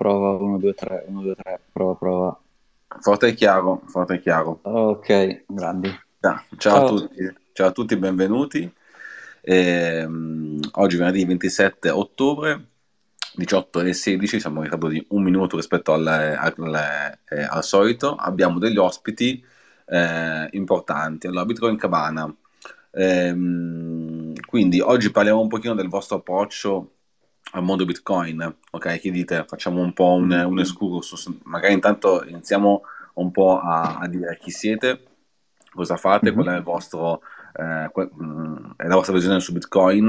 prova, 1, 2, 3, 1, 2, 3, prova, prova. Forte e chiaro, forte e chiaro. Ok, grandi. Ciao a Ciao. tutti, benvenuti. Oggi venerdì 27 ottobre, 18:16, siamo in ritardo di un minuto rispetto al solito. Abbiamo degli ospiti importanti. Allora, Bitcoin Cabana. Quindi oggi parliamo un pochino del vostro approccio al mondo Bitcoin, ok? Che dite? Facciamo un po' un excursus. Magari intanto iniziamo un po' a dire chi siete, cosa fate, qual Mhm. è il vostro, è la vostra visione su Bitcoin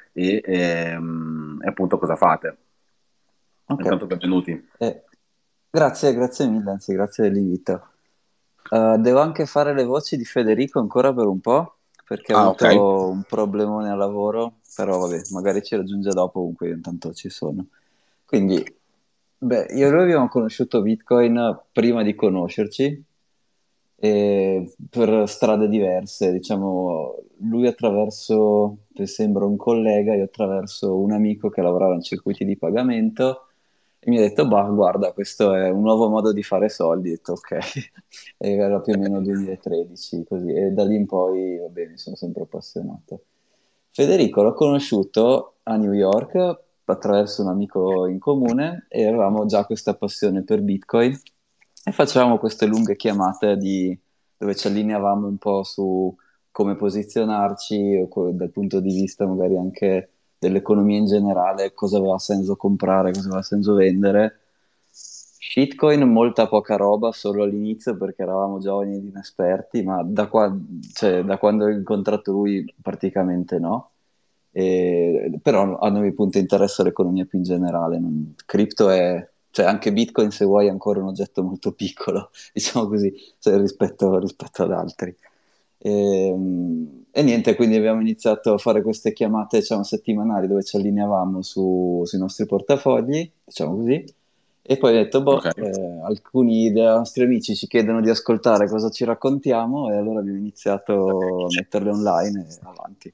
e appunto cosa fate. Ok. Intanto benvenuti. Eh, grazie mille, anzi, grazie dell'invito. Devo anche fare le voci di Federico ancora per un po', perché ha Ah, ok. avuto un problemone al lavoro, però vabbè, magari ci raggiunge dopo, comunque io intanto ci sono. Quindi, beh, io e lui abbiamo conosciuto Bitcoin prima di conoscerci, per strade diverse, diciamo, lui attraverso, che sembra un collega, io attraverso un amico che lavorava in circuiti di pagamento e mi ha detto, bah, guarda, questo è un nuovo modo di fare soldi, ho detto, ok, e era più o meno 2013, così, e da lì in poi, va bene, mi sono sempre appassionato. Federico l'ho conosciuto a New York attraverso un amico in comune e avevamo già questa passione per Bitcoin e facevamo queste lunghe chiamate dove ci allineavamo un po' su come posizionarci dal punto di vista magari anche dell'economia in generale, cosa aveva senso comprare, cosa aveva senso vendere. Shitcoin molta poca roba solo all'inizio perché eravamo giovani ed inesperti, ma da quando ho incontrato lui praticamente no. Però a noi appunto interessa l'economia più in generale. Cripto è, cioè anche Bitcoin se vuoi è ancora un oggetto molto piccolo, diciamo così, cioè, rispetto ad altri. E niente, quindi abbiamo iniziato a fare queste chiamate, diciamo, settimanali dove ci allineavamo sui nostri portafogli, diciamo così, e poi ho detto, Ok. boh, alcuni dei nostri amici ci chiedono di ascoltare cosa ci raccontiamo e allora abbiamo iniziato a metterle online e avanti.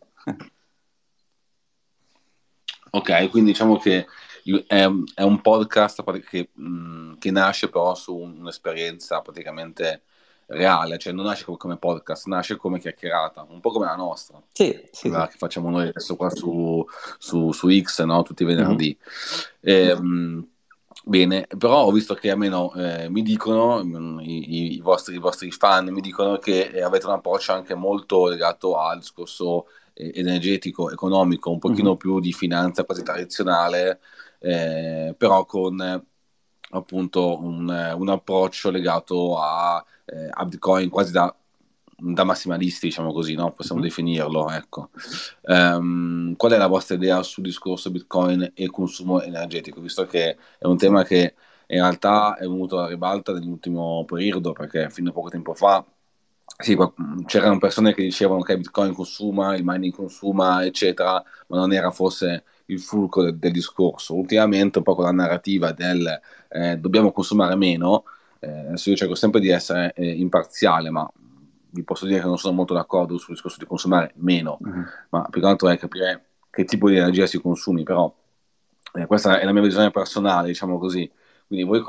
Ok, quindi diciamo che è un podcast che nasce però su un'esperienza praticamente reale, cioè non nasce come podcast, nasce come chiacchierata, un po' come la nostra, Sì, sì, quella sì. che facciamo noi adesso qua su X, no? Tutti i Mhm. venerdì. Ehm, Bene, però ho visto che almeno mi dicono, i vostri fan mi dicono che avete un approccio anche molto legato al discorso energetico, economico, un pochino Mhm. più di finanza quasi tradizionale, però con appunto un approccio legato a Bitcoin quasi da massimalisti, diciamo così, no? Possiamo Mhm. definirlo, ecco. Qual è la vostra idea sul discorso Bitcoin e consumo energetico, visto che è un tema che in realtà è venuto alla ribalta nell'ultimo periodo, perché fino a poco tempo fa sì, c'erano persone che dicevano che Bitcoin consuma, il mining consuma, eccetera, ma non era forse il fulcro del discorso. Ultimamente, un po' con la narrativa del dobbiamo consumare meno, adesso io cerco sempre di essere imparziale, ma vi posso dire che non sono molto d'accordo sul discorso di consumare meno, Mhm. ma più che altro è capire che tipo di energia si consumi, però questa è la mia visione personale, diciamo così. Quindi voi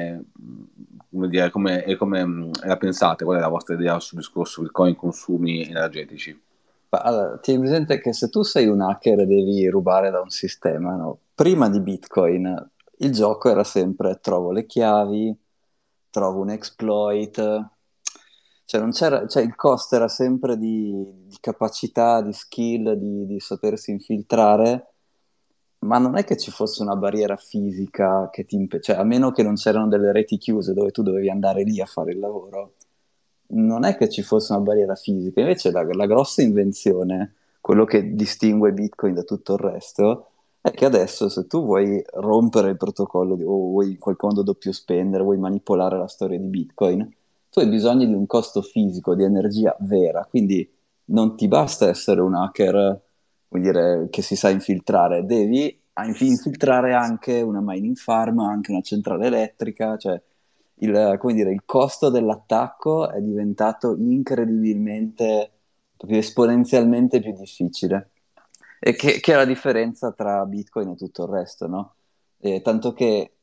come dire, come la pensate? Qual è la vostra idea sul discorso Bitcoin consumi energetici? Ma allora, tieni presente che se tu sei un hacker e devi rubare da un sistema, no? Prima di Bitcoin il gioco era sempre trovo le chiavi, trovo un exploit, cioè non c'era, cioè il costo era sempre di capacità, di skill, di sapersi infiltrare, ma non è che ci fosse una barriera fisica che cioè a meno che non c'erano delle reti chiuse dove tu dovevi andare lì a fare il lavoro, non è che ci fosse una barriera fisica, invece la grossa invenzione, quello che distingue Bitcoin da tutto il resto, è che adesso se tu vuoi rompere il protocollo o vuoi in qualche modo doppio spendere, vuoi manipolare la storia di Bitcoin, tu hai bisogno di un costo fisico, di energia vera, quindi non ti basta essere un hacker, vuol dire, che si sa infiltrare, devi infiltrare anche una mining farm, anche una centrale elettrica, cioè come dire, il costo dell'attacco è diventato incredibilmente, proprio esponenzialmente più difficile. E che è la differenza tra Bitcoin e tutto il resto, no? Tanto che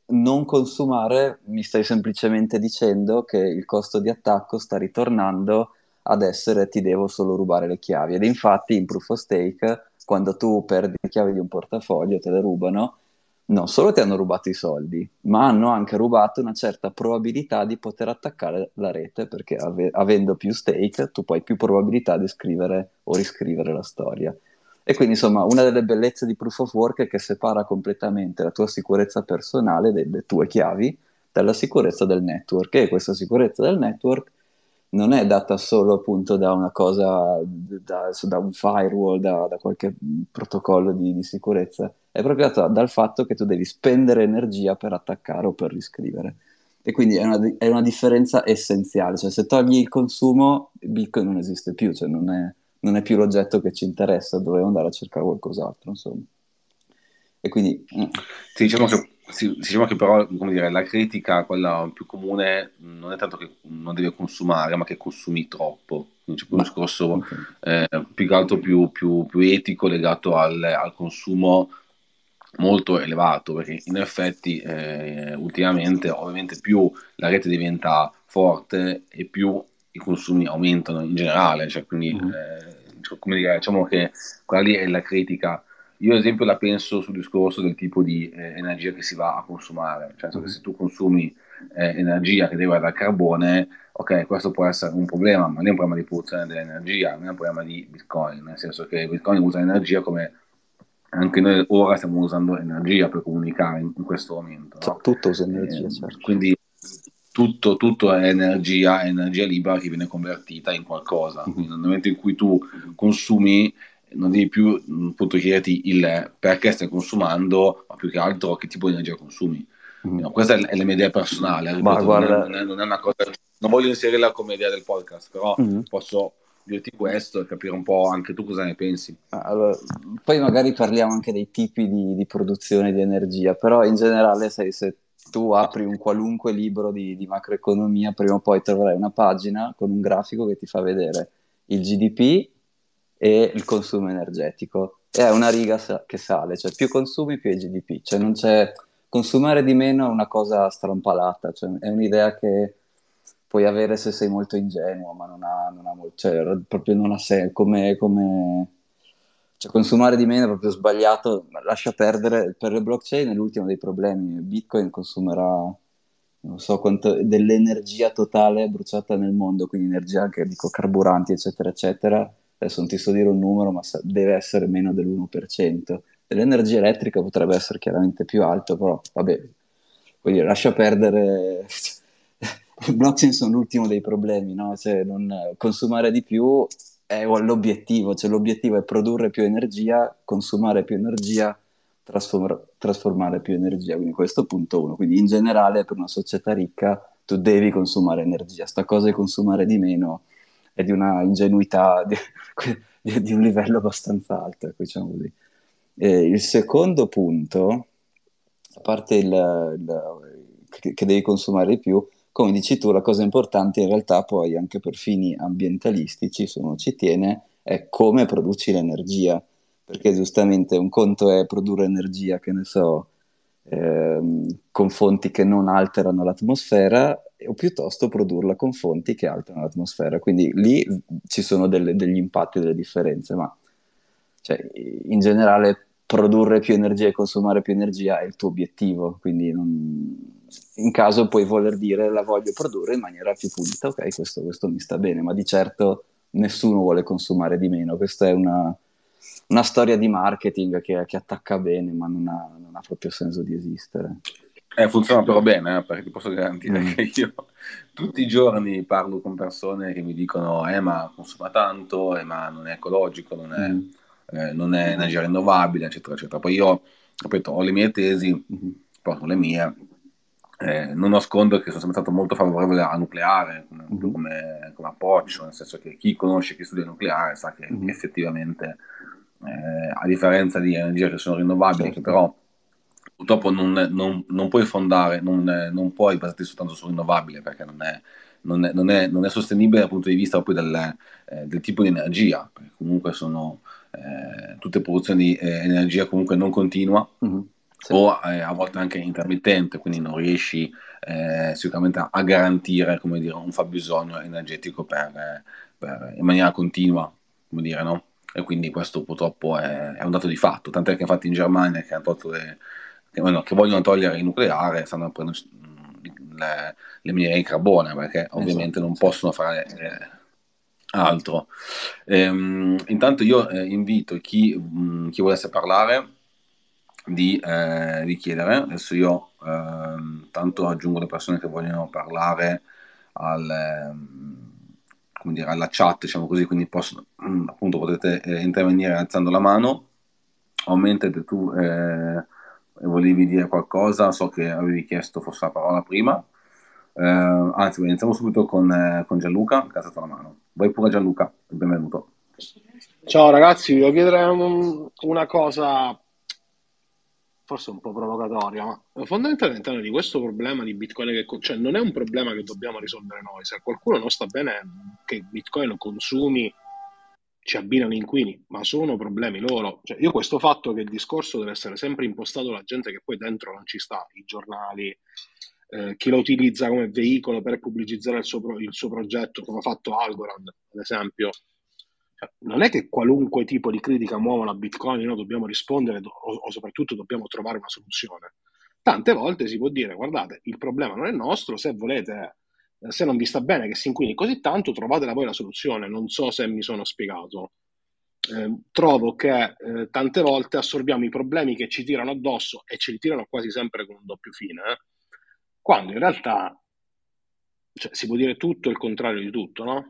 non consumare, mi stai semplicemente dicendo che il costo di attacco sta ritornando ad essere ti devo solo rubare le chiavi. Ed infatti in Proof of Stake, quando tu perdi le chiavi di un portafoglio, te le rubano, non solo ti hanno rubato i soldi, ma hanno anche rubato una certa probabilità di poter attaccare la rete, perché avendo più stake tu poi hai più probabilità di scrivere o riscrivere la storia. E quindi, insomma, una delle bellezze di Proof of Work è che separa completamente la tua sicurezza personale delle tue chiavi dalla sicurezza del network. E questa sicurezza del network non è data solo appunto da una cosa, da un firewall, da qualche protocollo di sicurezza, è proprio data dal fatto che tu devi spendere energia per attaccare o per riscrivere. E quindi è una differenza essenziale, cioè se togli il consumo, Bitcoin non esiste più, cioè non è più l'oggetto che ci interessa, dovevo andare a cercare qualcos'altro, insomma. E quindi, Diciamo che però, come dire, la critica, quella più comune, non è tanto che non deve consumare, ma che consumi troppo. Quindi c'è più un ma, discorso ok. più che altro più etico legato al consumo molto elevato, perché in effetti ultimamente ovviamente più la rete diventa forte e più i consumi aumentano in generale, cioè, quindi Mhm. cioè, come dire, diciamo che quella lì è la critica. Io ad esempio la penso sul discorso del tipo di energia che si va a consumare, nel senso che Mhm. se tu consumi energia che deriva dal carbone, ok, questo può essere un problema, ma non è un problema di produzione dell'energia, non è un problema di Bitcoin, nel senso che Bitcoin usa energia come anche noi ora stiamo usando energia per comunicare in questo momento, Cioè, no? tutto usa energia, certo. Quindi tutto è energia libera che viene convertita in qualcosa. Mhm. Quindi nel momento in cui tu consumi, non devi più appunto chiederti il perché stai consumando, ma più che altro che tipo di energia consumi. Mhm. No, questa è la mia idea personale, Ma ripeto, guarda, non è una cosa, non voglio inserirla come idea del podcast, però mhm. posso dirti questo e capire un po' anche tu cosa ne pensi. Allora, poi magari parliamo anche dei tipi di produzione di energia, però in generale, sai, se tu apri un qualunque libro di macroeconomia, prima o poi troverai una pagina con un grafico che ti fa vedere il GDP e il consumo energetico. E è una riga che sale, cioè più consumi più è GDP, cioè non c'è consumare di meno è una cosa strampalata, cioè è un'idea che puoi avere se sei molto ingenuo, ma cioè, proprio non ha senso, cioè, consumare di meno è proprio sbagliato, ma lascia perdere, per le blockchain è l'ultimo dei problemi, Bitcoin consumerà, non so quanto, dell'energia totale bruciata nel mondo, quindi energia anche, dico, carburanti, eccetera, eccetera, adesso non ti so dire un numero, ma deve essere meno dell'1%. Dell'energia elettrica potrebbe essere chiaramente più alto, però vabbè, quindi lascia perdere. Le blockchain sono l'ultimo dei problemi, no? Cioè, consumare di più è l'obiettivo, cioè l'obiettivo è produrre più energia, consumare più energia, trasformare più energia, quindi questo è punto uno. Quindi in generale per una società ricca tu devi consumare energia, sta cosa di consumare di meno è di una ingenuità di un livello abbastanza alto, ecco, diciamo così. Il secondo punto, a parte che devi consumare di più, come dici tu, la cosa importante in realtà poi anche per fini ambientalistici, se uno ci tiene, è come produci l'energia, perché giustamente un conto è produrre energia, che ne so, con fonti che non alterano l'atmosfera, o piuttosto produrla con fonti che alterano l'atmosfera. Quindi lì ci sono degli impatti, delle differenze, ma cioè, in generale produrre più energia e consumare più energia è il tuo obiettivo, quindi in caso puoi voler dire la voglio produrre in maniera più pulita, ok, questo mi sta bene, ma di certo nessuno vuole consumare di meno, questa è una storia di marketing che attacca bene, ma non ha proprio senso di esistere. Funziona però bene, perché ti posso garantire Mm, che io tutti i giorni parlo con persone che mi dicono ma consuma tanto, ma non è ecologico, mm, non è energia rinnovabile, eccetera, eccetera. Poi io, ripeto, ho le mie tesi, mhm, poi sono le mie. Non nascondo che sono sempre stato molto favorevole al nucleare, più mhm, come approccio, nel senso che chi conosce, chi studia il nucleare sa che mhm, effettivamente, a differenza di energie che sono rinnovabili, che certo. però purtroppo non puoi fondare, non puoi basarti soltanto su rinnovabile, perché non è sostenibile dal punto di vista proprio del tipo di energia, perché comunque sono tutte produzioni di energia comunque non continua, Mhm, Sì, o a volte anche intermittente, quindi non riesci sicuramente a garantire, come dire, un fabbisogno energetico in maniera continua, come dire, no? E quindi questo purtroppo è un dato di fatto, tant'è che infatti in Germania che hanno tolto che vogliono togliere il nucleare, stanno prendendo le miniere di carbone, perché ovviamente esatto, non sì. possono fare altro. Intanto io invito chi volesse parlare di chiedere. Adesso io tanto aggiungo le persone che vogliono parlare come dire, alla chat, diciamo così, quindi appunto potete intervenire alzando la mano. O mentre tu volevi dire qualcosa, so che avevi chiesto forse la parola prima. Anzi, iniziamo subito con Gianluca, che ha alzato la mano. Vai pure Gianluca, benvenuto. Ciao ragazzi, vi devo chiedere una cosa forse un po' provocatoria, ma fondamentalmente noi di questo problema di Bitcoin, cioè non è un problema che dobbiamo risolvere noi. Se a qualcuno non sta bene che Bitcoin consumi, ci abbinano inquini, ma sono problemi loro. Cioè, io questo fatto che il discorso deve essere sempre impostato alla gente che poi dentro non ci sta, i giornali, chi lo utilizza come veicolo per pubblicizzare il suo progetto, come ha fatto Algorand, ad esempio. Cioè, non è che qualunque tipo di critica muovono a Bitcoin noi dobbiamo rispondere o soprattutto dobbiamo trovare una soluzione. Tante volte si può dire, guardate, il problema non è nostro, se volete, se non vi sta bene che si inquini così tanto, trovatela voi la soluzione. Non so se mi sono spiegato. Trovo che tante volte assorbiamo i problemi che ci tirano addosso e ce li tirano quasi sempre con un doppio fine, quando in realtà cioè, si può dire tutto e il contrario di tutto, no?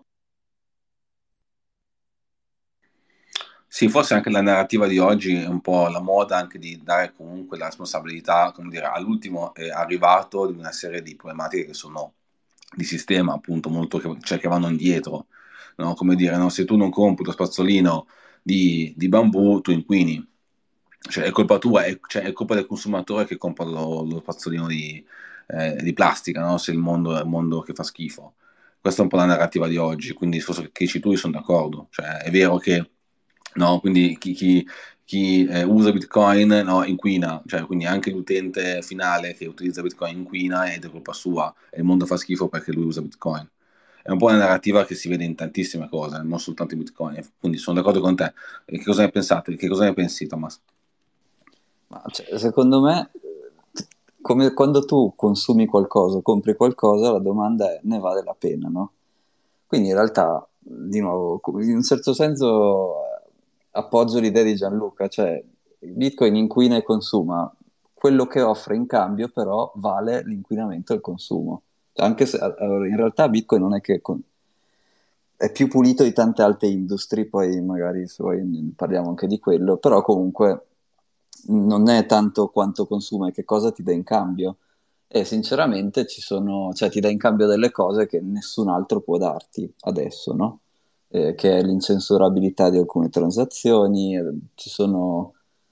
Sì, forse anche la narrativa di oggi è un po' la moda anche di dare comunque la responsabilità, come dire, all'ultimo è arrivato di una serie di problematiche che sono di sistema, appunto, molto cioè che vanno indietro, no? Come dire, no? Se tu non compri lo spazzolino di bambù, tu inquini. Cioè, è colpa tua, cioè, è colpa del consumatore che compra lo spazzolino di plastica, no? Se il mondo è un mondo che fa schifo. Questa è un po' la narrativa di oggi, quindi su che dici tu io sono d'accordo. Cioè, è vero che no, quindi chi usa Bitcoin no, inquina, cioè, quindi anche l'utente finale che utilizza Bitcoin inquina ed è colpa sua e il mondo fa schifo perché lui usa Bitcoin. È un po' una narrativa che si vede in tantissime cose, non soltanto in Bitcoin. Quindi sono d'accordo con te. E che cosa ne pensate? Che cosa ne pensi, Thomas? Ma cioè, secondo me, come quando tu consumi qualcosa, compri qualcosa, la domanda è ne vale la pena, no? Quindi in realtà, di nuovo, in un certo senso appoggio l'idea di Gianluca, cioè il Bitcoin inquina e consuma, quello che offre in cambio però vale l'inquinamento e il consumo. Cioè, anche se allora, in realtà Bitcoin non è che è più pulito di tante altre industrie, poi magari se vuoi ne parliamo anche di quello, però comunque non è tanto quanto consuma e che cosa ti dà in cambio. E sinceramente ci sono, cioè ti dà in cambio delle cose che nessun altro può darti adesso, no? Che è l'incensurabilità di alcune transazioni, ci sono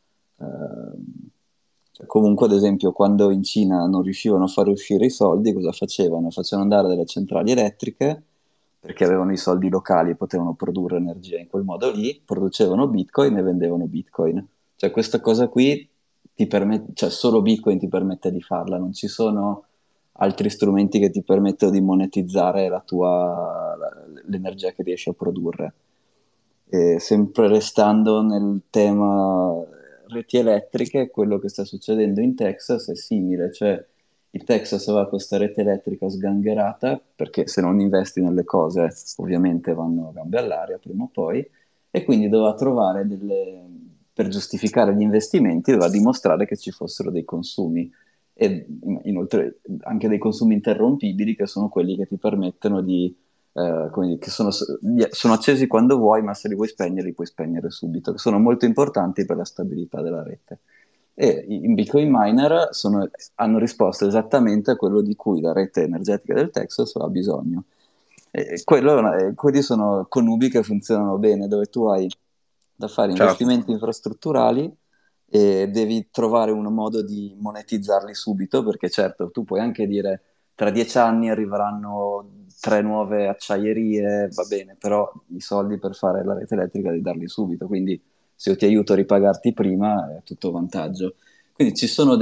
cioè, comunque, ad esempio, quando in Cina non riuscivano a fare uscire i soldi, cosa facevano? Facevano andare delle centrali elettriche perché avevano i soldi locali e potevano produrre energia in quel modo lì, producevano Bitcoin e vendevano Bitcoin. Cioè, questa cosa qui ti permette, cioè, solo Bitcoin ti permette di farla, non ci sono altri strumenti che ti permettono di monetizzare l'energia che riesci a produrre. E sempre restando nel tema reti elettriche, quello che sta succedendo in Texas è simile, cioè il Texas aveva questa rete elettrica sgangherata, perché se non investi nelle cose ovviamente vanno a gambe all'aria prima o poi, e quindi doveva trovare per giustificare gli investimenti, doveva dimostrare che ci fossero dei consumi e inoltre anche dei consumi interrompibili che sono quelli che ti permettono di come dire, che sono accesi quando vuoi, ma se li puoi spegnere subito, che sono molto importanti per la stabilità della rete. E i Bitcoin miner hanno risposto esattamente a quello di cui la rete energetica del Texas ha bisogno. Quelli sono connubi che funzionano bene, dove tu hai da fare Certo. investimenti infrastrutturali e devi trovare un modo di monetizzarli subito, perché certo, tu puoi anche dire tra 10 anni arriveranno 3 nuove acciaierie, va bene, però i soldi per fare la rete elettrica devi darli subito, quindi se io ti aiuto a ripagarti prima è tutto vantaggio. Quindi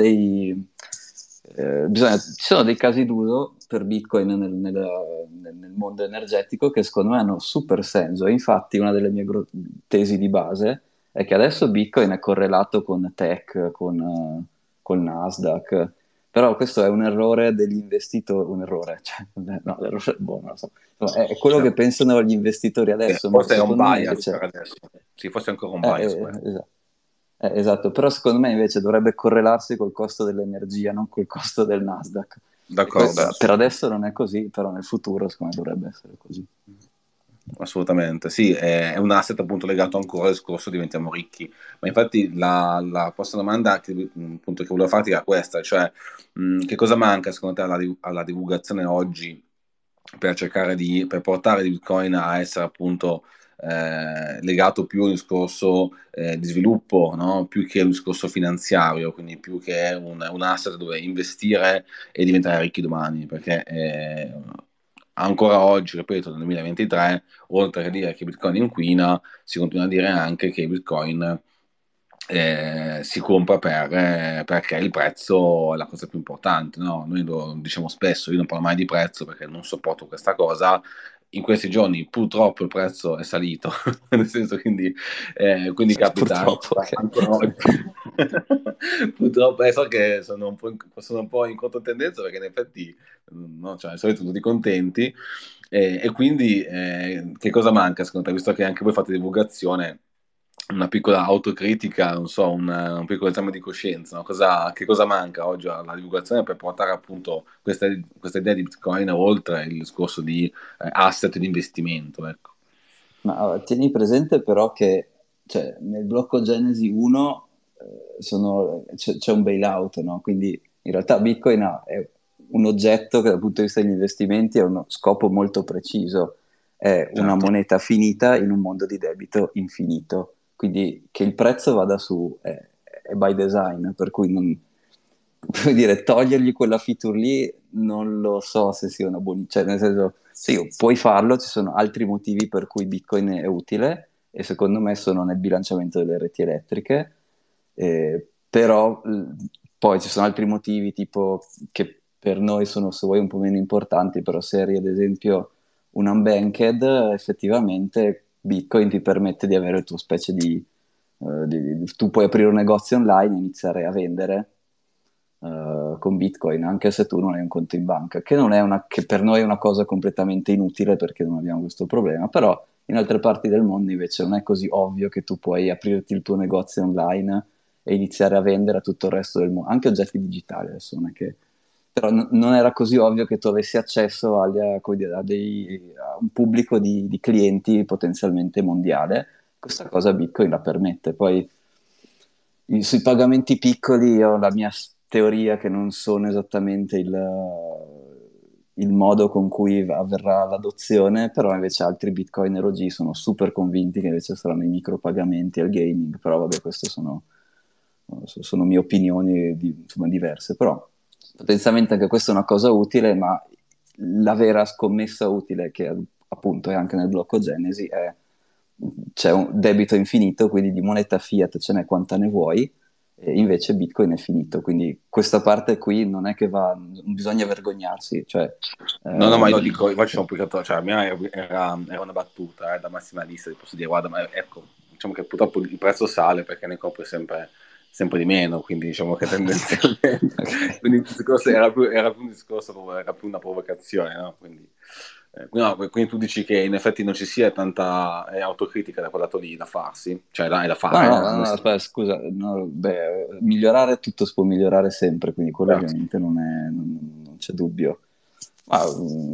ci sono dei casi d'uso per Bitcoin nel mondo energetico che secondo me hanno super senso. E infatti una delle mie tesi di base è che adesso Bitcoin è correlato con tech, col Nasdaq, però questo è un errore degli investitori, un errore, cioè, no, l'errore, boh, non lo so. Insomma, è quello Cioè, che pensano gli investitori adesso, ma forse è un secondo me bias invece... per adesso. Sì, forse è ancora un bias questo. esatto. Esatto, però secondo me invece dovrebbe correlarsi col costo dell'energia, non col costo del Nasdaq. D'accordo, Per adesso non è così, però nel futuro secondo me dovrebbe essere così. assolutamente. Sì, è un asset appunto legato ancora al discorso diventiamo ricchi. Ma infatti la prossima domanda appunto, che volevo farti era questa, cioè che cosa manca secondo te alla divulgazione oggi per cercare per portare il Bitcoin a essere appunto legato più a un discorso di sviluppo, no? Più che un discorso finanziario, quindi più che un asset dove investire e diventare ricchi domani, perché ancora oggi, ripeto, nel 2023, oltre a dire che Bitcoin inquina, si continua a dire anche che Bitcoin si compra perché il prezzo è la cosa più importante, no? Noi lo diciamo spesso, io non parlo mai di prezzo perché non sopporto questa cosa. In questi giorni purtroppo il prezzo è salito, nel senso quindi capita Purtroppo, ok. ancora oggi. Purtroppo so che sono un po' in controtendenza perché in effetti no, cioè, di solito tutti contenti e quindi che cosa manca secondo te, visto che anche voi fate divulgazione? Una piccola autocritica, non so, un piccolo esame di coscienza, no? Che cosa manca oggi alla divulgazione per portare appunto questa idea di Bitcoin oltre il discorso di asset di investimento, ecco. Ma tieni presente però che cioè, nel blocco Genesi 1 c'è un bailout, no? Quindi in realtà Bitcoin è un oggetto che dal punto di vista degli investimenti ha uno scopo molto preciso, è una Certo. moneta finita in un mondo di debito infinito. Quindi che il prezzo vada su è by design, per cui non, come dire, togliergli quella feature lì non lo so se sia una buona, cioè nel senso, sì, puoi farlo, ci sono altri motivi per cui Bitcoin è utile e secondo me sono nel bilanciamento delle reti elettriche, però poi ci sono altri motivi tipo che per noi sono se vuoi un po' meno importanti, però se eri ad esempio un unbanked, effettivamente Bitcoin ti permette di avere il tuo specie tu puoi aprire un negozio online e iniziare a vendere con Bitcoin, anche se tu non hai un conto in banca, che non è che per noi è una cosa completamente inutile perché non abbiamo questo problema, però in altre parti del mondo invece non è così ovvio che tu puoi aprirti il tuo negozio online e iniziare a vendere a tutto il resto del mondo, anche oggetti digitali adesso, non è che... Però non era così ovvio che tu avessi accesso come dire, a un pubblico di clienti potenzialmente mondiale. Questa cosa Bitcoin la permette. Poi sui pagamenti piccoli io ho la mia teoria che non sono esattamente il modo con cui avverrà l'adozione, però invece altri Bitcoiner OG sono super convinti che invece saranno i micropagamenti al gaming, però vabbè, queste sono mie opinioni insomma, diverse, però potenzialmente anche questa è una cosa utile, ma la vera scommessa utile che appunto è anche nel blocco Genesi è c'è un debito infinito, quindi di moneta fiat ce n'è quanta ne vuoi, e invece Bitcoin è finito, quindi questa parte qui non è che non bisogna vergognarsi, cioè, No, ma io dico, io faccio un po', cioè, a me era una battuta da massimalista, ti posso dire, guarda, ma ecco, diciamo che purtroppo il prezzo sale perché ne compri sempre di meno, quindi diciamo che tendenzialmente, Ok. quindi il discorso era più un discorso, era più una provocazione, no? Quindi tu dici che in effetti non ci sia tanta autocritica da quel lato lì da farsi, cioè è da No, fare, no, no, aspetta, scusa, no, beh, migliorare tutto si può migliorare sempre, quindi quello certo. ovviamente non c'è dubbio. Ma,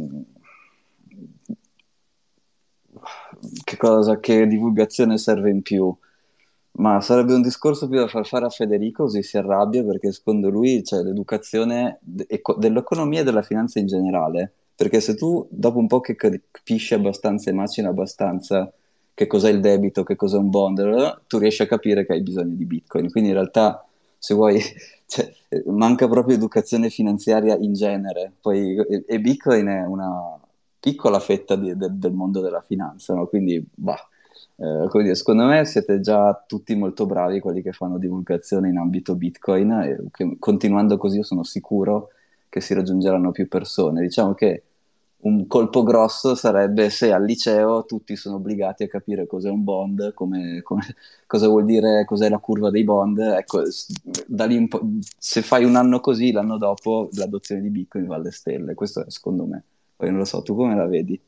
che divulgazione serve in più? Ma sarebbe un discorso più da far fare a Federico, così si arrabbia, perché secondo lui c'è l'educazione dell'economia e della finanza in generale. Perché se tu, dopo un po' che capisci abbastanza e macini abbastanza che cos'è il debito, che cos'è un bond, tu riesci a capire che hai bisogno di Bitcoin. Quindi in realtà, se vuoi, cioè, manca proprio educazione finanziaria in genere. Poi, Bitcoin è una piccola fetta del mondo della finanza, no? Quindi, bah. come dire, secondo me siete già tutti molto bravi quelli che fanno divulgazione in ambito Bitcoin e continuando così io sono sicuro che si raggiungeranno più persone. Diciamo che un colpo grosso sarebbe se al liceo tutti sono obbligati a capire cos'è un bond, cosa vuol dire, cos'è la curva dei bond. Ecco, da lì se fai un anno così, l'anno dopo l'adozione di Bitcoin va alle stelle. Questo è secondo me. Poi non lo so, tu come la vedi?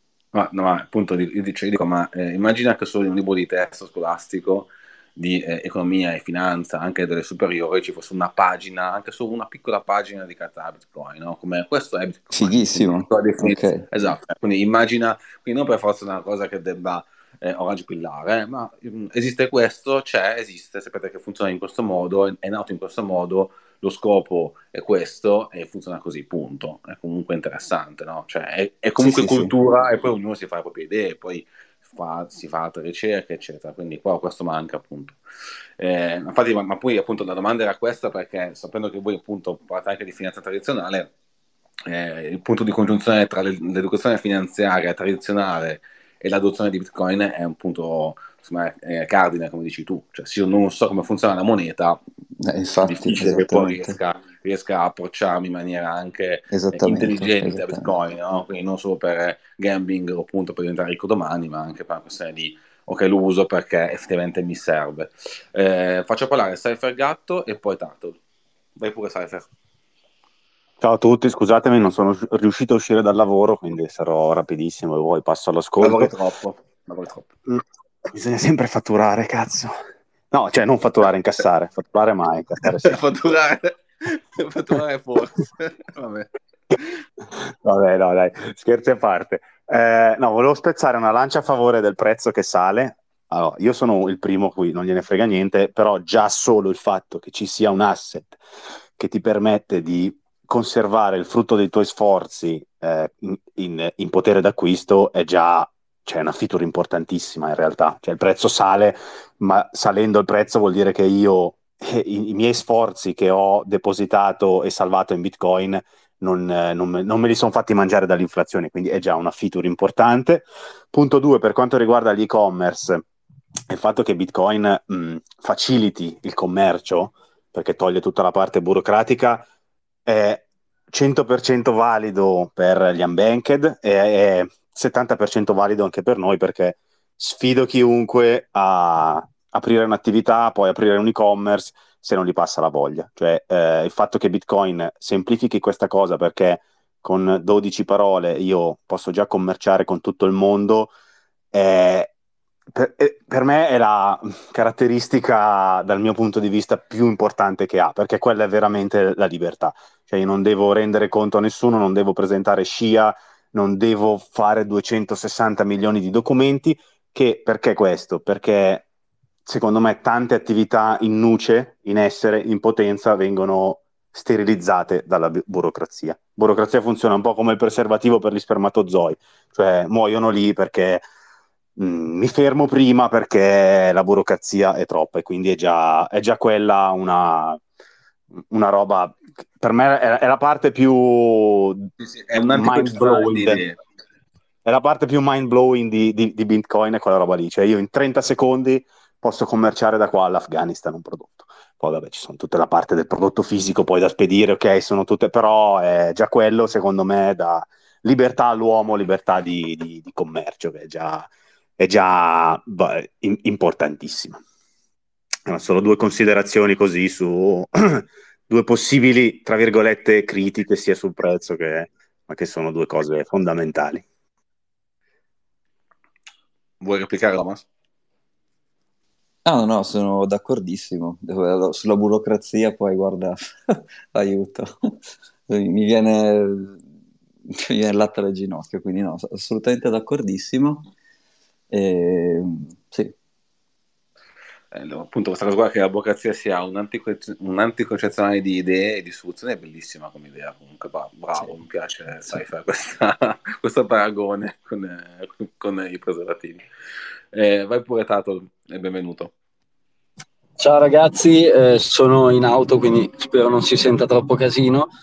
Ma appunto io dico, ma immagina che solo in un libro di testo scolastico di economia e finanza, anche delle superiori, ci fosse una pagina, anche solo una piccola pagina dedicata a Bitcoin, no? Come questo è Bitcoin, quindi Fighissimo, la definizione, ok. esatto, quindi immagina, quindi non per forza una cosa che debba oragipillare, ma esiste questo, esiste, sapete che funziona in questo modo, è nato in questo modo, lo scopo è questo e funziona così, punto. È comunque interessante, no? Cioè, è Sì, comunque sì, sì. cultura e poi ognuno si fa le proprie idee, poi si fa altre ricerche, eccetera. Quindi qua questo manca, appunto. Infatti, ma poi appunto la domanda era questa perché sapendo che voi appunto parlate anche di finanza tradizionale, il punto di congiunzione tra l'educazione finanziaria tradizionale e l'adozione di Bitcoin è un punto insomma, cardine, come dici tu. Cioè, se io non so come funziona la moneta, è Infatti, difficile che poi esattamente. riesca a approcciarmi in maniera anche Esattamente, intelligente a esattamente. Bitcoin, no? Quindi non solo per gambling o appunto per diventare ricco domani, ma anche per una questione di ok, lo uso perché effettivamente mi serve. Faccio parlare Cypher Gatto e poi Tato. Vai pure Cypher. Ciao a tutti, scusatemi, non sono riuscito a uscire dal lavoro, quindi sarò rapidissimo e poi passo Lavori all'ascolto. troppo, lavori troppo. Mm, Bisogna sempre fatturare, cazzo. No, cioè non fatturare, incassare. Fatturare mai, incassare sì. fatturare, fatturare forse. Vabbè. Vabbè, no, dai, scherzi a parte. No, volevo spezzare una lancia a favore del prezzo che sale. Allora, io sono il primo qui, non gliene frega niente, però già solo il fatto che ci sia un asset che ti permette di conservare il frutto dei tuoi sforzi in potere d'acquisto è già, cioè, una feature importantissima in realtà. Cioè, il prezzo sale, ma salendo il prezzo vuol dire che io i miei sforzi che ho depositato e salvato in Bitcoin non me li sono fatti mangiare dall'inflazione, quindi è già una feature importante. Punto 2, per quanto riguarda l'e-commerce, il fatto che Bitcoin faciliti il commercio, perché toglie tutta la parte burocratica, è 100% valido per gli unbanked e è 70% valido anche per noi, perché sfido chiunque a aprire un'attività, poi aprire un e-commerce se non gli passa la voglia. Cioè, il fatto che Bitcoin semplifichi questa cosa perché con 12 parole io posso già commerciare con tutto il mondo, è, per me è la caratteristica dal mio punto di vista più importante che ha, perché quella è veramente la libertà. Cioè, io non devo rendere conto a nessuno, non devo presentare SCIA, non devo fare 260 milioni di documenti. Perché questo? Perché secondo me tante attività in nuce, in essere, in potenza, vengono sterilizzate dalla burocrazia. Burocrazia funziona un po' come il preservativo per gli spermatozoi, cioè muoiono lì perché mi fermo prima perché la burocrazia è troppa e quindi è già quella una roba, per me è la parte più Sì, sì, è un mind anticoncezionale di blowing. idee. È la parte più mind blowing di Bitcoin, è quella roba lì. Cioè, io in 30 secondi posso commerciare da qua all'Afghanistan un prodotto. Poi, vabbè, ci sono tutta la parte del prodotto fisico poi da spedire, ok, sono tutte, però è già quello, secondo me, da libertà all'uomo, libertà di commercio, che è già importantissimo. Solo due considerazioni così su due possibili, tra virgolette, critiche sia sul prezzo ma che sono due cose fondamentali. Vuoi replicare, Thomas? Ah, no, no, sono d'accordissimo. Sulla burocrazia, poi guarda, aiuto. Mi viene il latte alle ginocchia, quindi no, assolutamente d'accordissimo. Sì, Appunto questa cosa qua che la burocrazia sia un anticoncezionale di idee e di soluzioni è bellissima come idea comunque, sì, bravo, mi piace, sì. sai, fare questo paragone con i preservativi. Vai pure Tato e benvenuto. Ciao ragazzi, sono in auto quindi spero non si senta troppo casino.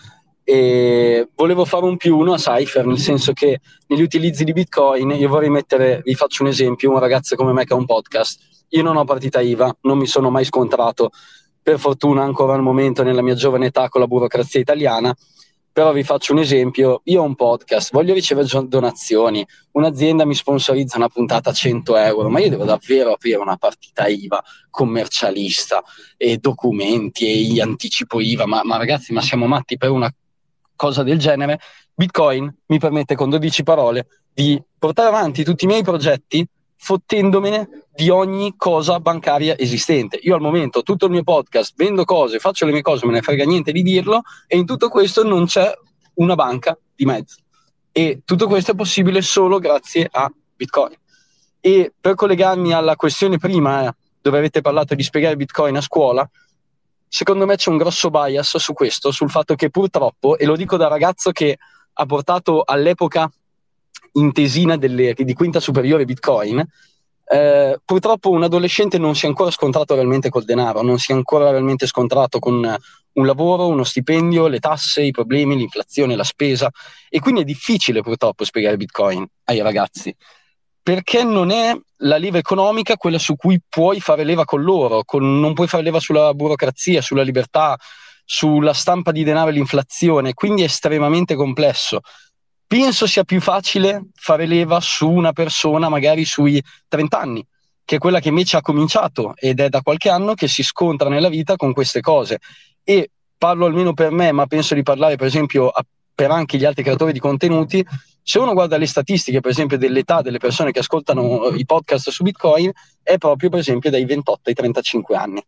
e volevo fare un più uno a Cypher, nel senso che negli utilizzi di Bitcoin io vorrei mettere, vi faccio un esempio, un ragazzo come me che ha un podcast. Io non ho partita IVA, non mi sono mai scontrato, per fortuna ancora al momento nella mia giovane età, con la burocrazia italiana. Però vi faccio un esempio, io ho un podcast, voglio ricevere donazioni, un'azienda mi sponsorizza una puntata a 100 euro, ma io devo davvero aprire una partita IVA commercialista e documenti e anticipo IVA, ma ragazzi, ma siamo matti per una cosa del genere? Bitcoin mi permette con 12 parole di portare avanti tutti i miei progetti fottendomene di ogni cosa bancaria esistente. Io al momento tutto il mio podcast, vendo cose, faccio le mie cose, me ne frega niente di dirlo, e in tutto questo non c'è una banca di mezzo. E tutto questo è possibile solo grazie a Bitcoin. E per collegarmi alla questione prima, dove avete parlato di spiegare Bitcoin a scuola, secondo me c'è un grosso bias su questo, sul fatto che purtroppo, e lo dico da ragazzo che ha portato all'epoca in tesina di quinta superiore Bitcoin, purtroppo un adolescente non si è ancora scontrato realmente col denaro, non si è ancora realmente scontrato con un lavoro, uno stipendio, le tasse, i problemi, l'inflazione, la spesa, e quindi è difficile purtroppo spiegare Bitcoin ai ragazzi, perché non è la leva economica quella su cui puoi fare leva con loro, non puoi fare leva sulla burocrazia, sulla libertà, sulla stampa di denaro e l'inflazione, quindi è estremamente complesso. Penso sia più facile fare leva su una persona magari sui 30 anni, che è quella che invece ha cominciato ed è da qualche anno che si scontra nella vita con queste cose. E parlo almeno per me, ma penso di parlare per esempio per anche gli altri creatori di contenuti. Se uno guarda le statistiche per esempio dell'età delle persone che ascoltano i podcast su Bitcoin, è proprio per esempio dai 28 ai 35 anni.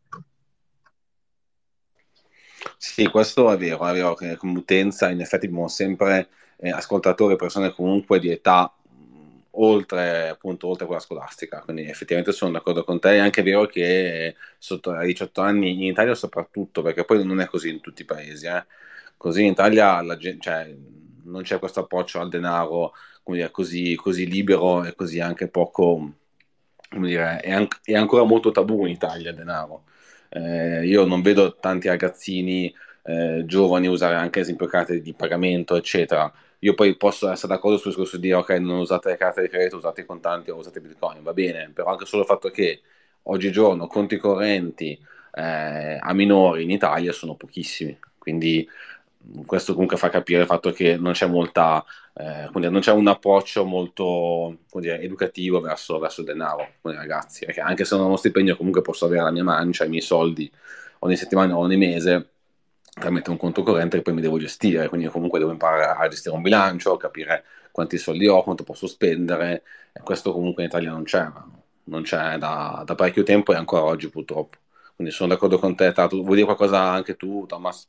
Sì, questo è vero che come utenza in effetti abbiamo sempre ascoltatori, persone comunque di età oltre quella scolastica, quindi effettivamente sono d'accordo con te. È anche vero che sotto ai 18 anni in Italia soprattutto, perché poi non è così in tutti i paesi, così in Italia cioè, non c'è questo approccio al denaro, come dire, così libero e così anche poco, come dire, è ancora molto tabù in Italia il denaro. Io non vedo tanti ragazzini giovani usare anche ad esempio carte di pagamento eccetera. Io poi posso essere d'accordo sul discorso di dire ok, non usate le carte di credito, usate i contanti o usate Bitcoin, va bene, però anche solo il fatto che oggigiorno conti correnti a minori in Italia sono pochissimi, quindi questo comunque fa capire il fatto che non c'è molta non c'è un approccio molto educativo verso il denaro con i ragazzi, perché anche se non ho uno stipendio comunque posso avere la mia mancia, i miei soldi ogni settimana o ogni mese tramite un conto corrente che poi mi devo gestire, quindi comunque devo imparare a gestire un bilancio, capire quanti soldi ho, quanto posso spendere, e questo comunque in Italia non c'è da parecchio tempo e ancora oggi purtroppo. Quindi sono d'accordo con te, Tato. Vuoi dire qualcosa anche tu, Thomas?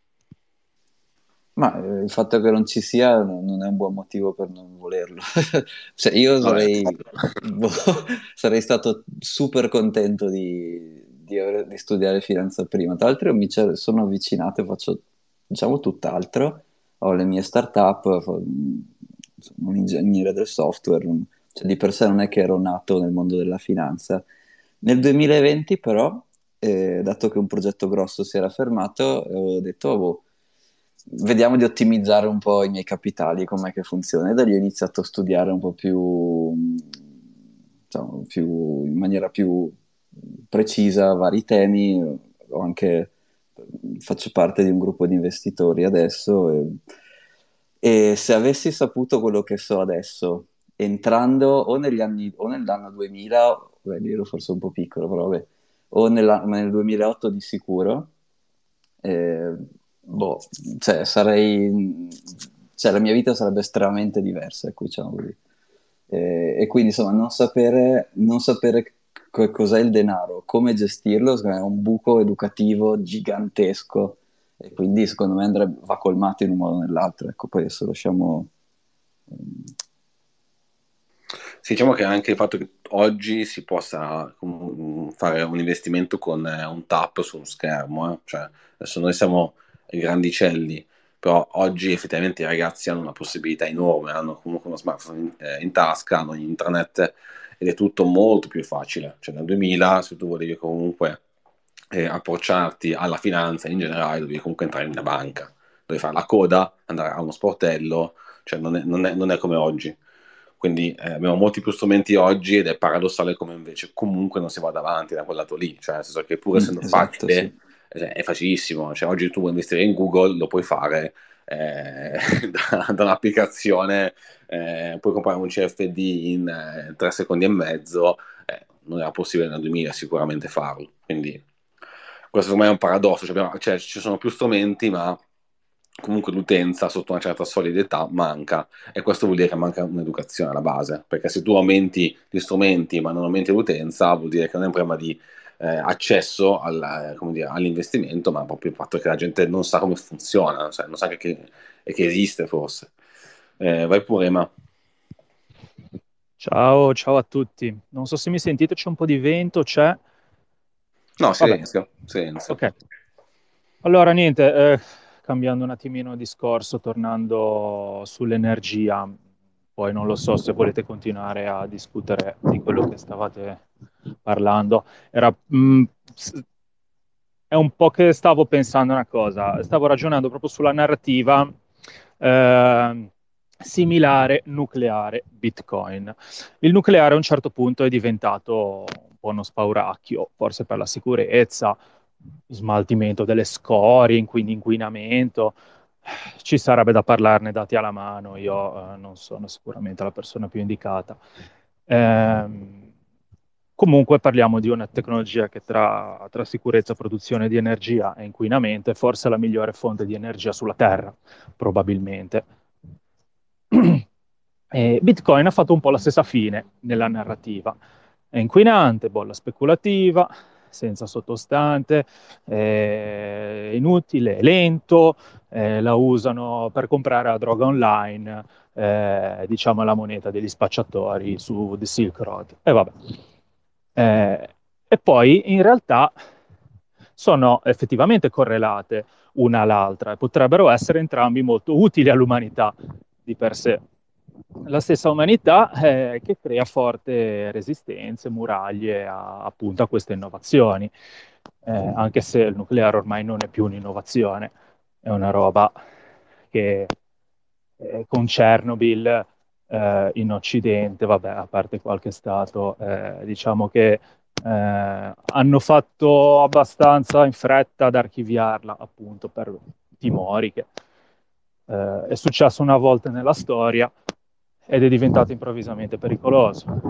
Ma il fatto che non ci sia non è un buon motivo per non volerlo. Cioè, io Vabbè. sarei stato super contento di studiare finanza prima. Tra l'altro, sono avvicinato e faccio, diciamo, tutt'altro. Ho le mie start-up, sono un ingegnere del software, cioè di per sé non è che ero nato nel mondo della finanza. Nel 2020, però, dato che un progetto grosso si era fermato, ho detto, boh, vediamo di ottimizzare un po' i miei capitali, com'è che funziona. E da lì ho iniziato a studiare un po' più, diciamo, in maniera più precisa vari temi. Faccio parte di un gruppo di investitori adesso e se avessi saputo quello che so adesso, entrando o nell'anno 2000, beh, io ero forse un po' piccolo, però vabbè, nel 2008 di sicuro, eh, boh, cioè la mia vita sarebbe estremamente diversa, ecco, diciamo così. E quindi insomma non sapere cos'è il denaro, come gestirlo, secondo me è un buco educativo gigantesco e quindi secondo me va colmato in un modo o nell'altro. Ecco, poi adesso lasciamo. Sì, diciamo che anche il fatto che oggi si possa fare un investimento con un tap su uno schermo, cioè adesso noi siamo grandicelli, però oggi effettivamente i ragazzi hanno una possibilità enorme, hanno comunque uno smartphone in tasca, hanno internet ed è tutto molto più facile. Cioè nel 2000 se tu volevi comunque approcciarti alla finanza in generale dovevi comunque entrare in una banca, devi fare la coda, andare a uno sportello, cioè non è come oggi. Quindi abbiamo molti più strumenti oggi ed è paradossale come invece comunque non si vada avanti da quel lato lì, cioè nel senso che pur essendo Esatto, sì. facile, è facilissimo, cioè oggi tu vuoi investire in Google, lo puoi fare eh, da un'applicazione, puoi comprare un CFD in 3 secondi e mezzo, non era possibile nel 2000 sicuramente farlo, quindi questo secondo me è un paradosso, cioè, ci sono più strumenti ma comunque l'utenza sotto una certa solidità manca e questo vuol dire che manca un'educazione alla base, perché se tu aumenti gli strumenti ma non aumenti l'utenza vuol dire che non è un problema di accesso come dire, all'investimento, ma proprio il fatto che la gente non sa come funziona, cioè, non sa che esiste forse. Vai pure, ma Ciao, ciao a tutti. Non so se mi sentite, c'è un po' di vento, c'è. no, Vabbè, silenzio, silenzio. ok. Allora, niente, cambiando un attimino discorso, tornando sull'energia, poi non lo so se volete continuare a discutere di quello che stavate parlando. Era, è un po' che stavo pensando una cosa, stavo ragionando proprio sulla narrativa eh, similare nucleare Bitcoin. Il nucleare a un certo punto è diventato un po' uno spauracchio, forse per la sicurezza, smaltimento delle scorie, quindi inquinamento. Ci sarebbe da parlarne dati alla mano, io non sono sicuramente la persona più indicata. Comunque parliamo di una tecnologia che tra sicurezza, produzione di energia e inquinamento è forse la migliore fonte di energia sulla Terra, probabilmente. E Bitcoin ha fatto un po' la stessa fine nella narrativa. È inquinante, bolla speculativa, senza sottostante, è inutile, è lento, la usano per comprare la droga online, diciamo la moneta degli spacciatori su The Silk Road. E vabbè. E poi in realtà sono effettivamente correlate una all'altra e potrebbero essere entrambi molto utili all'umanità di per sé. La stessa umanità che crea forti resistenze, muraglie appunto a queste innovazioni, anche se il nucleare ormai non è più un'innovazione, è una roba che con Chernobyl in Occidente, vabbè, a parte qualche stato, diciamo che hanno fatto abbastanza in fretta ad archiviarla, appunto, per timori che è successo una volta nella storia ed è diventato improvvisamente pericoloso.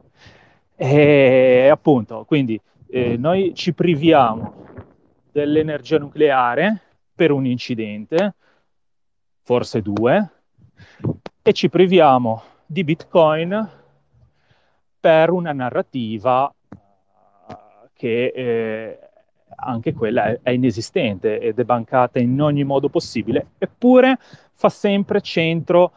E appunto, quindi noi ci priviamo dell'energia nucleare per un incidente, forse due, e ci priviamo di Bitcoin per una narrativa che anche quella è inesistente ed è bancata in ogni modo possibile, eppure fa sempre centro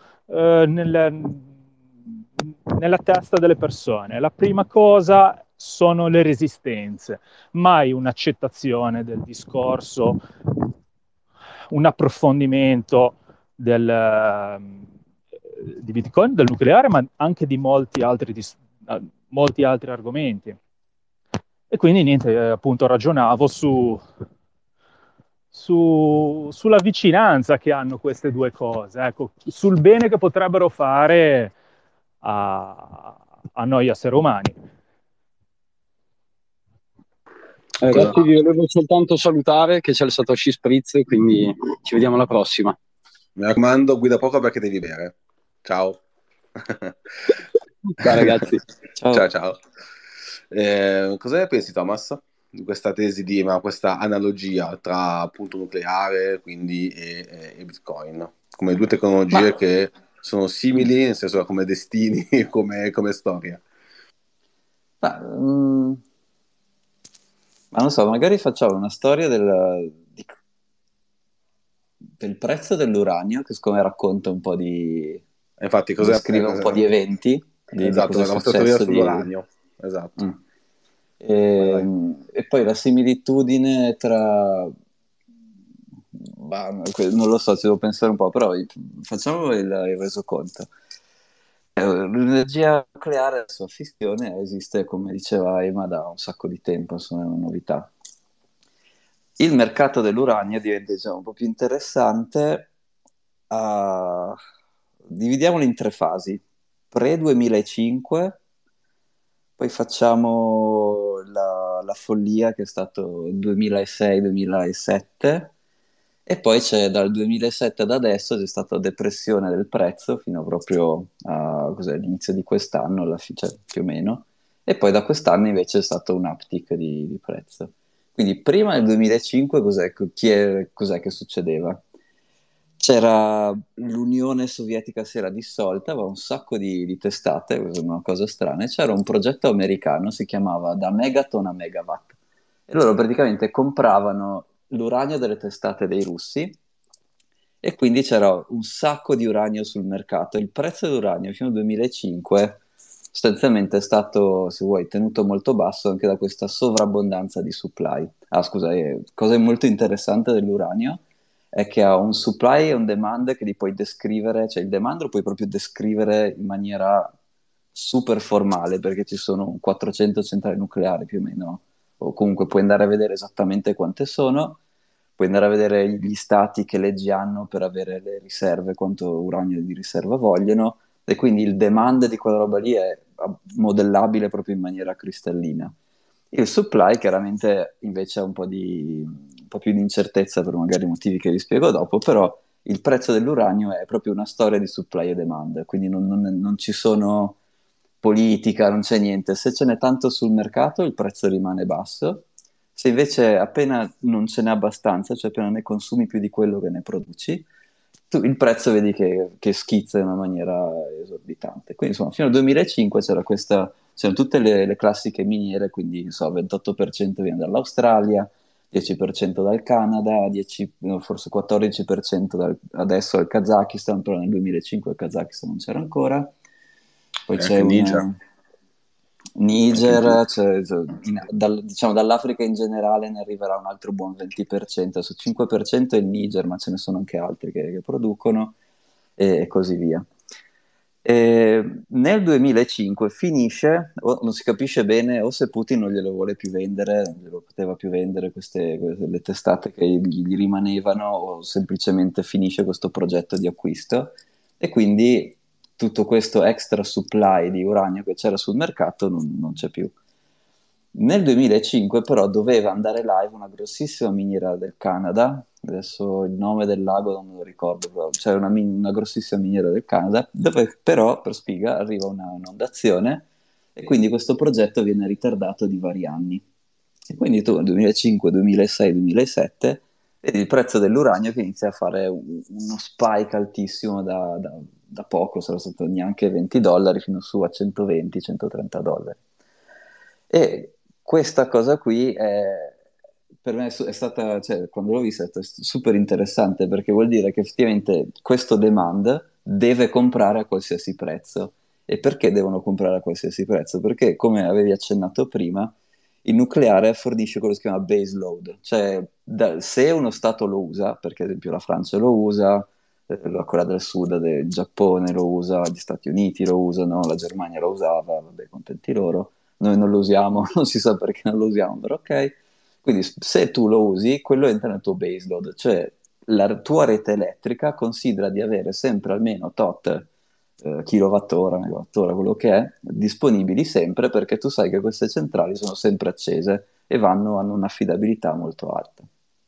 nella testa delle persone. La prima cosa sono le resistenze, mai un'accettazione del discorso, un approfondimento di Bitcoin, del nucleare, ma anche di molti altri argomenti. E quindi niente, appunto ragionavo sulla vicinanza che hanno queste due cose, ecco, sul bene che potrebbero fare a noi esseri umani. Ragazzi, vi volevo soltanto salutare che c'è il Satoshi Spritz, quindi ci vediamo alla prossima. Mi raccomando, guida poco perché devi bere. Ciao. Ciao ragazzi. Ciao. Ciao. Cosa ne pensi, Thomas, di questa tesi questa analogia tra appunto nucleare quindi e Bitcoin, come due tecnologie che sono simili, nel senso come destini, come storia? Ma non so, magari facciamo una storia del prezzo dell'uranio, che secondo me racconta un po' Infatti, descrive un po' di eventi, di esatto, cosa è la vostra teoria successo. sull'uranio. Esatto. E poi la similitudine tra... non lo so, ci devo pensare un po', però facciamo il resoconto. L'energia nucleare, la sua fissione, esiste, come diceva Emma, da un sacco di tempo, insomma, è una novità. il mercato dell'uranio diventa, diciamo, un po' più interessante. Dividiamolo in tre fasi. Pre-2005, poi facciamo la follia che è stato 2006-2007, e poi c'è dal 2007 ad adesso c'è stata depressione del prezzo fino proprio all'inizio di quest'anno, cioè, più o meno, e poi da quest'anno invece è stato un uptick di prezzo. Quindi prima del 2005 cos'è che succedeva? C'era l'Unione Sovietica si era dissolta, aveva un sacco di testate, questa è una cosa strana, e c'era un progetto americano, si chiamava Da Megaton a Megawatt, e loro praticamente compravano l'uranio delle testate dei russi, e quindi c'era un sacco di uranio sul mercato. Il prezzo dell'uranio fino al 2005 sostanzialmente è stato, se vuoi, tenuto molto basso anche da questa sovrabbondanza di supply. Ah, scusa, cosa molto interessante dell'uranio è che ha un supply e un demand che li puoi descrivere, cioè il demand lo puoi proprio descrivere in maniera super formale, perché ci sono 400 centrali nucleari più o meno, o comunque puoi andare a vedere esattamente quante sono, puoi andare a vedere gli stati che leggi hanno per avere le riserve, quanto uranio di riserva vogliono, e quindi il demand di quella roba lì è modellabile proprio in maniera cristallina. Il supply chiaramente invece ha un po' più di incertezza per magari motivi che vi spiego dopo, però il prezzo dell'uranio è proprio una storia di supply e demand, quindi non ci sono politica, non c'è niente. Se ce n'è tanto sul mercato il prezzo rimane basso, se invece appena non ce n'è abbastanza, cioè appena ne consumi più di quello che ne produci, il prezzo vedi che schizza in una maniera esorbitante. Quindi insomma, fino al 2005 c'erano tutte le classiche miniere, quindi non so, 28% viene dall'Australia, 10% dal Canada, 10, no, forse 14% adesso dal Kazakistan, però nel 2005 il Kazakistan non c'era ancora. Poi E c'è anche Niger. Anche in Niger, diciamo dall'Africa in generale ne arriverà un altro buon 20%, su 5% è il Niger, ma ce ne sono anche altri che producono, e così via. E nel 2005 finisce, o non si capisce bene, o se Putin non glielo vuole più vendere, non glielo poteva più vendere le testate che gli rimanevano, o semplicemente finisce questo progetto di acquisto, e quindi tutto questo extra supply di uranio che c'era sul mercato non c'è più. Nel 2005 però doveva andare live una grossissima miniera del Canada, adesso il nome del lago non me lo ricordo, però c'è una grossissima miniera del Canada, dove però per sfiga arriva un'ondazione, e quindi questo progetto viene ritardato di vari anni. E quindi tu nel 2005, 2006, 2007 vedi il prezzo dell'uranio che inizia a fare uno spike altissimo da poco, sarà stato neanche $20 fino su a 120, $130. E questa cosa qui per me è stata, cioè, quando l'ho vista è stata super interessante, perché vuol dire che effettivamente questo demand deve comprare a qualsiasi prezzo. E perché devono comprare a qualsiasi prezzo? Perché, come avevi accennato prima, il nucleare fornisce quello che si chiama base load, cioè se uno Stato lo usa, perché ad esempio la Francia lo usa, la Corea del Sud, il Giappone lo usa, gli Stati Uniti lo usano, la Germania lo usava, vabbè, contenti loro, noi non lo usiamo, non si sa perché non lo usiamo, però ok. Quindi se tu lo usi, quello entra nel tuo base load, cioè la tua rete elettrica considera di avere sempre almeno tot kilowattora, megawattora, quello che è, disponibili sempre, perché tu sai che queste centrali sono sempre accese e hanno un'affidabilità molto alta.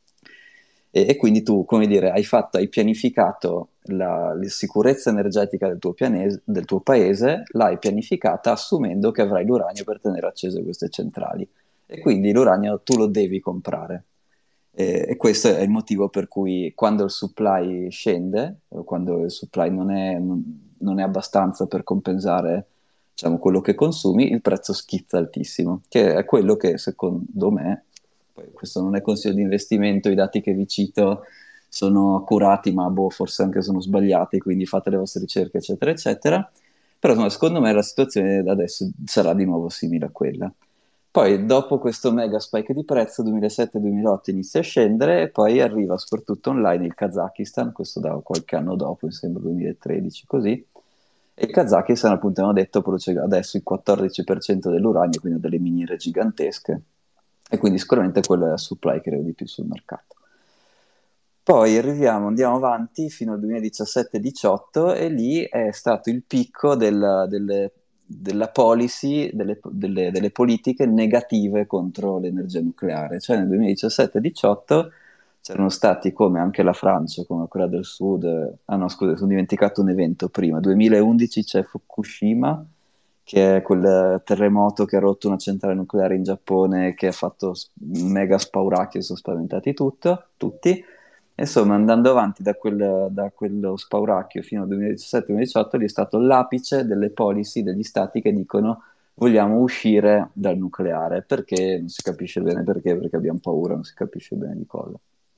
E quindi tu, come dire, hai pianificato la sicurezza energetica del tuo paese, l'hai pianificata assumendo che avrai l'uranio per tenere accese queste centrali. E quindi l'uranio tu lo devi comprare. E questo è il motivo per cui quando il supply scende, o quando il supply non è abbastanza per compensare, diciamo, quello che consumi, il prezzo schizza altissimo, che è quello che secondo me, poi questo non è consiglio di investimento, i dati che vi cito sono accurati, ma boh, forse anche sono sbagliati, quindi fate le vostre ricerche, eccetera, eccetera. Però insomma, secondo me la situazione adesso sarà di nuovo simile a quella. Poi dopo questo mega spike di prezzo 2007-2008 inizia a scendere, e poi arriva soprattutto online il Kazakistan, questo da qualche anno dopo, mi sembra 2013 così, e il Kazakistan appunto hanno detto produce adesso il 14% dell'uranio, quindi ha delle miniere gigantesche, e quindi sicuramente quello è la supply che arriva di più sul mercato. Poi andiamo avanti fino al 2017-18 e lì è stato il picco della policy, delle politiche negative contro l'energia nucleare. Cioè nel 2017-18 c'erano stati, come anche la Francia, come Corea del Sud, no scusa, sono dimenticato un evento prima, 2011 c'è Fukushima, che è quel terremoto che ha rotto una centrale nucleare in Giappone, che ha fatto un mega spauracchio, sono spaventati tutti. Insomma, andando avanti da quello spauracchio fino al 2017-2018, lì è stato l'apice delle policy degli stati che dicono vogliamo uscire dal nucleare, perché non si capisce bene perché abbiamo paura, non si capisce bene di cosa.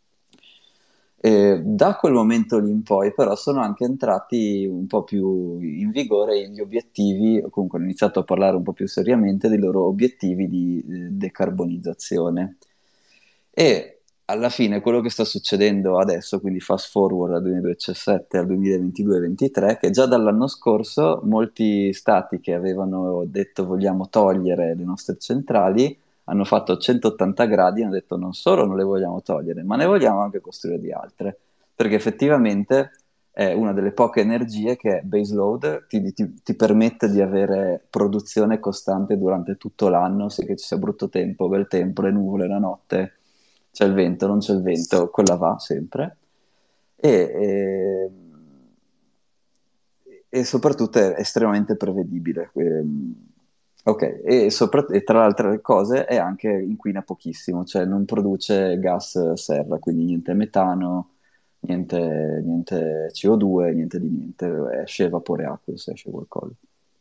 E da quel momento lì in poi, però, sono anche entrati un po' più in vigore gli obiettivi, o comunque hanno iniziato a parlare un po' più seriamente dei loro obiettivi di decarbonizzazione. E alla fine quello che sta succedendo adesso, quindi fast forward dal 2017 al 2022-2023, che già dall'anno scorso molti stati che avevano detto vogliamo togliere le nostre centrali hanno fatto 180 gradi e hanno detto non solo non le vogliamo togliere, ma ne vogliamo anche costruire di altre, perché effettivamente è una delle poche energie che base load ti permette di avere produzione costante durante tutto l'anno, sia che ci sia brutto tempo, bel tempo, le nuvole, la notte, c'è il vento, non c'è il vento, quella va sempre. E, e soprattutto è estremamente prevedibile. Ok, e tra le altre cose è anche inquina pochissimo, cioè non produce gas serra, quindi niente metano, niente CO2, niente di niente, esce vapore acqueo se esce qualcosa.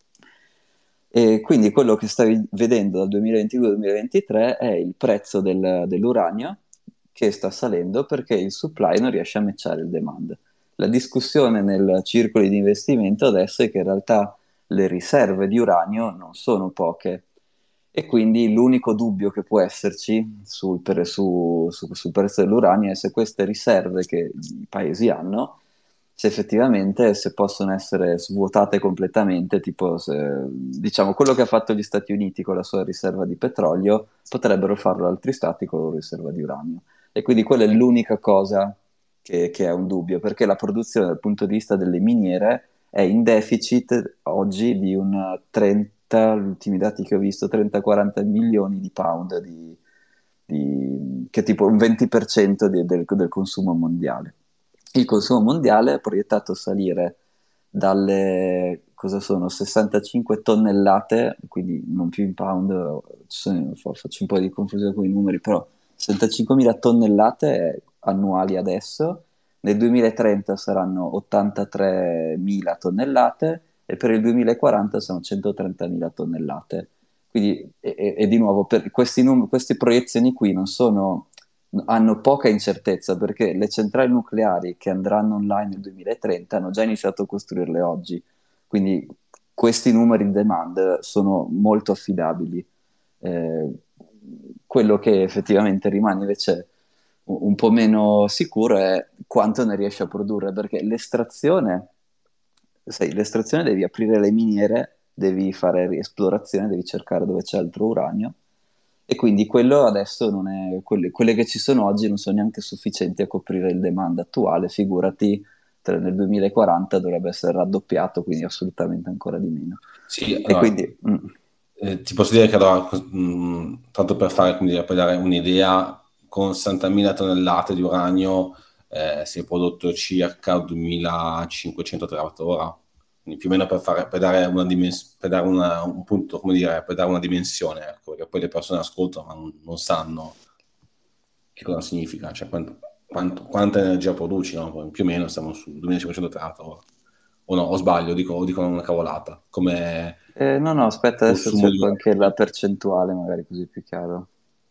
E quindi quello che stavi vedendo dal 2022-2023 è il prezzo dell'uranio che sta salendo perché il supply non riesce a matchare il demand. La discussione nel circolo di investimento adesso è che in realtà le riserve di uranio non sono poche e quindi l'unico dubbio che può esserci sul prezzo dell'uranio è se queste riserve che i paesi hanno, se effettivamente se possono essere svuotate completamente, tipo diciamo quello che ha fatto gli Stati Uniti con la sua riserva di petrolio, potrebbero farlo altri stati con la loro riserva di uranio. E quindi quella è l'unica cosa che è un dubbio, perché la produzione dal punto di vista delle miniere è in deficit oggi di un 30, gli ultimi dati che ho visto, 30-40 milioni di pound, che è tipo un 20% del consumo mondiale. Il consumo mondiale è proiettato a salire dalle, cosa sono, 65 tonnellate, quindi non più in pound, faccio un po' di confusione con i numeri, però 65.000 tonnellate annuali adesso, nel 2030 saranno 83.000 tonnellate e per il 2040 sono 130.000 tonnellate. Quindi, e di nuovo, per queste proiezioni qui non sono, hanno poca incertezza perché le centrali nucleari che andranno online nel 2030 hanno già iniziato a costruirle oggi. Quindi questi numeri di demand sono molto affidabili. Eh, Quello che effettivamente rimane invece un po' meno sicuro è quanto ne riesce a produrre, perché l'estrazione, sai, l'estrazione devi aprire le miniere, devi fare esplorazione, devi cercare dove c'è altro uranio, e quindi quello adesso non è, quelle che ci sono oggi non sono neanche sufficienti a coprire il demand attuale, figurati nel 2040 dovrebbe essere raddoppiato, quindi assolutamente ancora di meno. Sì, E allora, quindi ti posso dire che allora, tanto per fare, quindi, per dare un'idea, con 60.000 tonnellate di uranio si è prodotto circa 2.500 terawattora, quindi più o meno per dare un punto, come dire, per dare una dimensione, ecco, perché poi le persone ascoltano ma non sanno che cosa significa, cioè quanta energia produci, no? Più o meno siamo su 2.500 terawattora. O no, o sbaglio, dico una cavolata, come no, aspetta, adesso consumo di cerco anche la uranio. percentuale, magari così più chiaro.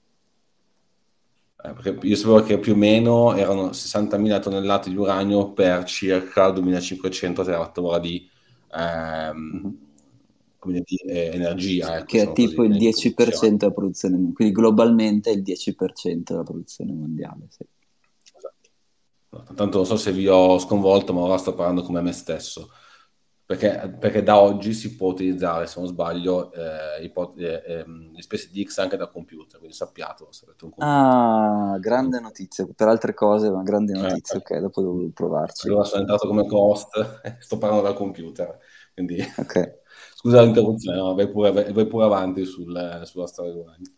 Perché io sapevo che più o meno erano 60.000 tonnellate di uranio per circa 2.500 terawattora di, Mhm. come dire, energia, ecco, Che è diciamo tipo così, il di produzione. 10% della produzione, quindi globalmente è il 10% della produzione mondiale. Sì. Esatto. No, tanto non so se vi ho sconvolto, ma ora sto parlando come me stesso. perché da oggi si può utilizzare, se non sbaglio, gli SpaceX anche da computer, quindi sappiatelo se avete un computer. Ah, grande notizia, per altre cose, ma grande notizia, ok, dopo devo provarci. Allora sono entrato come host, sto parlando dal computer, quindi Ok. scusa l'interruzione, no, vai pure avanti sulla storia di Urania.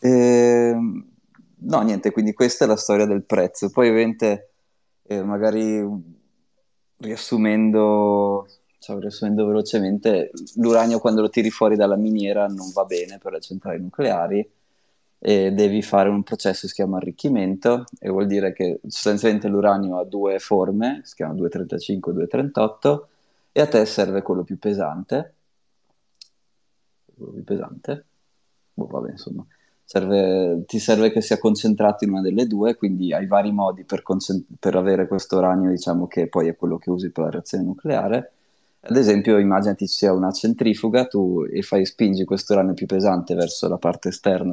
No, niente, quindi questa è la storia del prezzo. Poi ovviamente, magari riassumendo, riassumendo velocemente, l'uranio quando lo tiri fuori dalla miniera non va bene per le centrali nucleari e devi fare un processo che si chiama arricchimento e vuol dire che sostanzialmente l'uranio ha due forme, si chiama 235 e 238 e a te serve quello più pesante. Quello più pesante? Boh, vabbè, insomma. Ti serve che sia concentrato in una delle due, quindi hai vari modi per avere questo uranio, diciamo che poi è quello che usi per la reazione nucleare. Ad esempio, immaginati ci sia una centrifuga, spingi questo uranio più pesante verso la parte esterna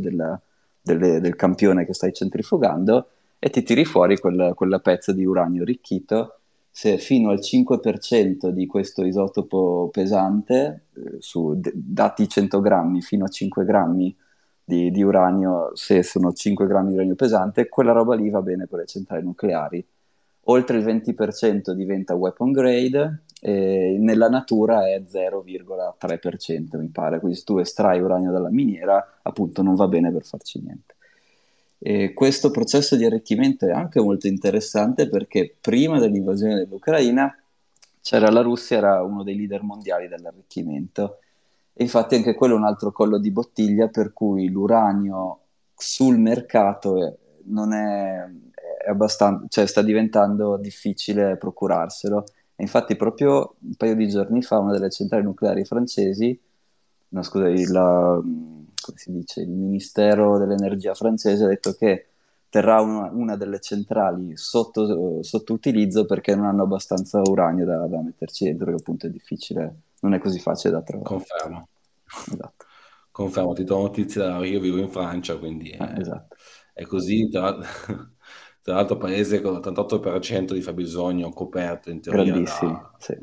del campione che stai centrifugando e ti tiri fuori quella pezza di uranio arricchito. Se fino al 5% di questo isotopo pesante, dati 100 grammi fino a 5 grammi di uranio, se sono 5 grammi di uranio pesante, quella roba lì va bene per le centrali nucleari. Oltre il 20% diventa weapon grade, e nella natura è 0,3%, mi pare. Quindi se tu estrai uranio dalla miniera, appunto non va bene per farci niente. E questo processo di arricchimento è anche molto interessante perché prima dell'invasione dell'Ucraina la Russia era uno dei leader mondiali dell'arricchimento. E infatti anche quello è un altro collo di bottiglia per cui l'uranio sul mercato non è abbastanza, cioè sta diventando difficile procurarselo. E infatti proprio un paio di giorni fa una delle centrali nucleari francesi, no scusa, come si dice, il Ministero dell'Energia francese ha detto che terrà una delle centrali sotto utilizzo perché non hanno abbastanza uranio da metterci dentro, che appunto è difficile, non è così facile da trovare. Confermo. Esatto. Confermo, ti do notizie io vivo in Francia, quindi Esatto. è così. Tra l'altro paese con l'88% di fabbisogno coperto in teoria Grandissimi, sì.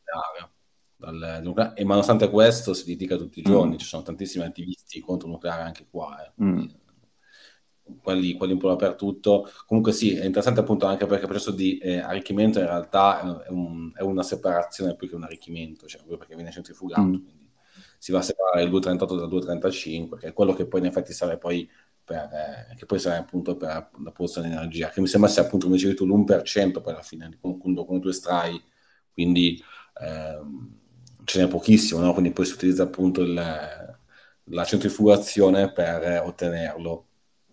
nucleare. E ma nonostante questo si litiga tutti i giorni, ci sono tantissimi attivisti contro il nucleare anche qua. Quelli un po' dappertutto. Comunque sì, è interessante appunto anche perché il processo di arricchimento in realtà è una separazione più che un arricchimento, cioè proprio perché viene centrifugato, quindi si va a separare il 238 dal 235, che è quello che poi in effetti serve poi che poi serve appunto per la produzione di energia, che mi sembra sia appunto, come dicevi tu, l'1% poi alla fine, quando tu estrai, quindi ce n'è pochissimo, no? Quindi poi si utilizza appunto la centrifugazione per ottenerlo.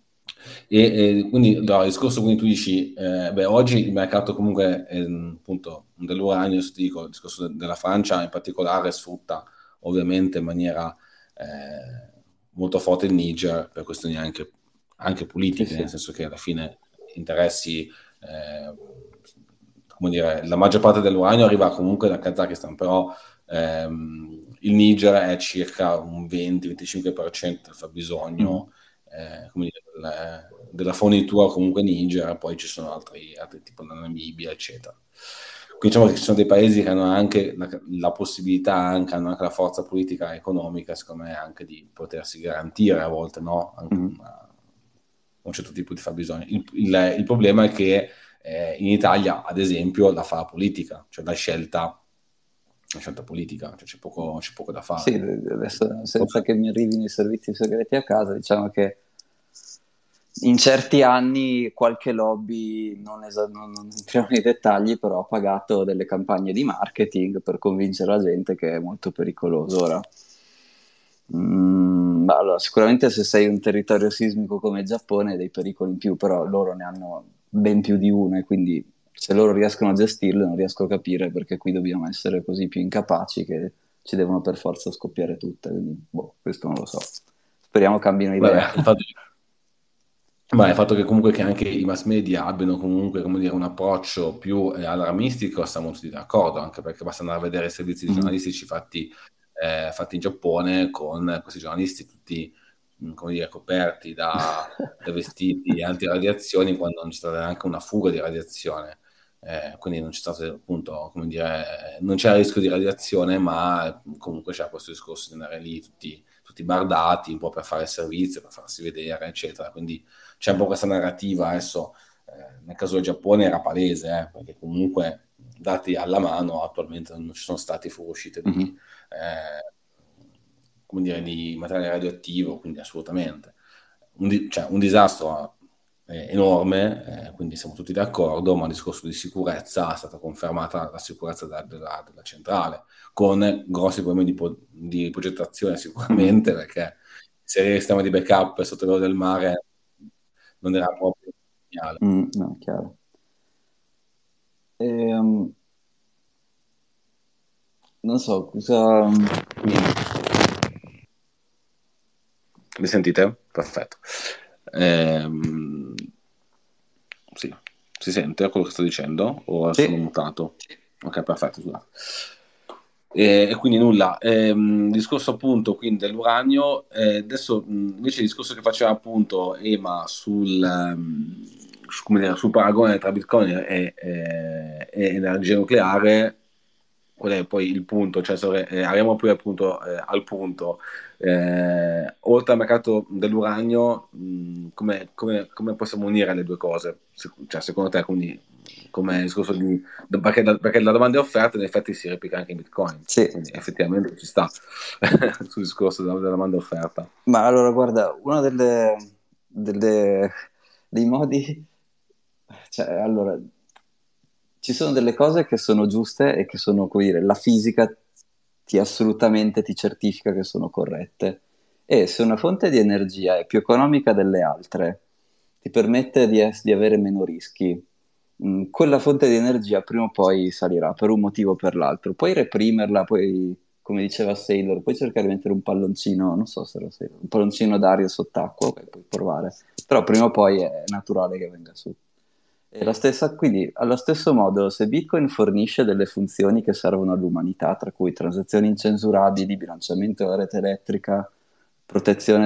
E quindi il discorso, quindi tu dici, oggi il mercato comunque appunto dell'uranio, dico, il discorso della Francia in particolare sfrutta ovviamente in maniera molto forte il Niger per questioni anche politiche, Sì. nel senso che alla fine interessi, come dire, la maggior parte dell'uranio arriva comunque da Kazakistan, però il Niger è circa un 20-25% del fabbisogno come dire, della fornitura comunque Niger, poi ci sono altri tipo la Namibia, eccetera. Quindi diciamo che ci sono dei paesi che hanno anche la possibilità, hanno anche la forza politica e economica, secondo me, anche di potersi garantire a volte, no? Anche un certo tipo di fabbisogno. Il problema è che in Italia, ad esempio, la fa la politica, cioè la scelta politica, cioè c'è poco da fare. Sì, adesso senza che mi arrivino i servizi segreti a casa, diciamo che in certi anni qualche lobby, non entriamo nei dettagli, però ha pagato delle campagne di marketing per convincere la gente che è molto pericoloso. Ora, allora, sicuramente se sei un territorio sismico come il Giappone hai dei pericoli in più, però loro ne hanno ben più di uno e quindi se loro riescono a gestirlo non riesco a capire perché qui dobbiamo essere così più incapaci che ci devono per forza scoppiare tutte, quindi questo non lo so. Speriamo cambino idea. Ma il fatto che comunque che anche i mass media abbiano comunque, come dire, un approccio più allarmistico, siamo tutti d'accordo, anche perché basta andare a vedere i servizi giornalistici fatti in Giappone con questi giornalisti tutti, come dire, coperti da vestiti antiradiazioni quando non c'è stata neanche una fuga di radiazione. quindi non c'è stato appunto, come dire, non c'era il rischio di radiazione, ma comunque c'era questo discorso di andare lì tutti bardati, un po' per fare il servizio, per farsi vedere, eccetera. Quindi c'è un po' questa narrativa adesso. Nel caso del Giappone era palese, perché comunque dati alla mano attualmente non ci sono stati fuoriuscite di, come dire, di materiale radioattivo, quindi assolutamente un disastro enorme, quindi siamo tutti d'accordo, ma il discorso di sicurezza è stata confermata la sicurezza della centrale, con grossi problemi di progettazione sicuramente, perché se il sistema di backup sotto il livello del mare non era proprio geniale. No, chiaro. Non so cosa. Mi sentite? Perfetto. Sì, si sente quello che sto dicendo? O Sì. sono mutato? Ok, perfetto, scusate. E quindi nulla, discorso appunto quindi dell'uranio, adesso invece il discorso che faceva appunto Ema come dire, sul paragone tra Bitcoin e energia nucleare, qual è poi il punto? Cioè, arriviamo poi appunto al punto, oltre al mercato dell'uranio, come possiamo unire le due cose? Cioè, secondo te, quindi, come il discorso perché la domanda e offerta in effetti si replica anche in Bitcoin, Sì. quindi effettivamente ci sta sul discorso della domanda e offerta. Ma allora guarda, uno dei modi, cioè allora ci sono delle cose che sono giuste e che sono, come dire, la fisica assolutamente ti certifica che sono corrette. E se una fonte di energia è più economica delle altre, ti permette di avere meno rischi, quella fonte di energia prima o poi salirà per un motivo o per l'altro. Puoi reprimerla, poi, come diceva Sailor, puoi cercare di mettere un palloncino, non so se era Sailor, un palloncino d'aria sott'acqua, ok, puoi provare, però prima o poi è naturale che venga su. E la stessa, quindi, allo stesso modo, se Bitcoin fornisce delle funzioni che servono all'umanità, tra cui transazioni incensurabili, bilanciamento della rete elettrica, protezione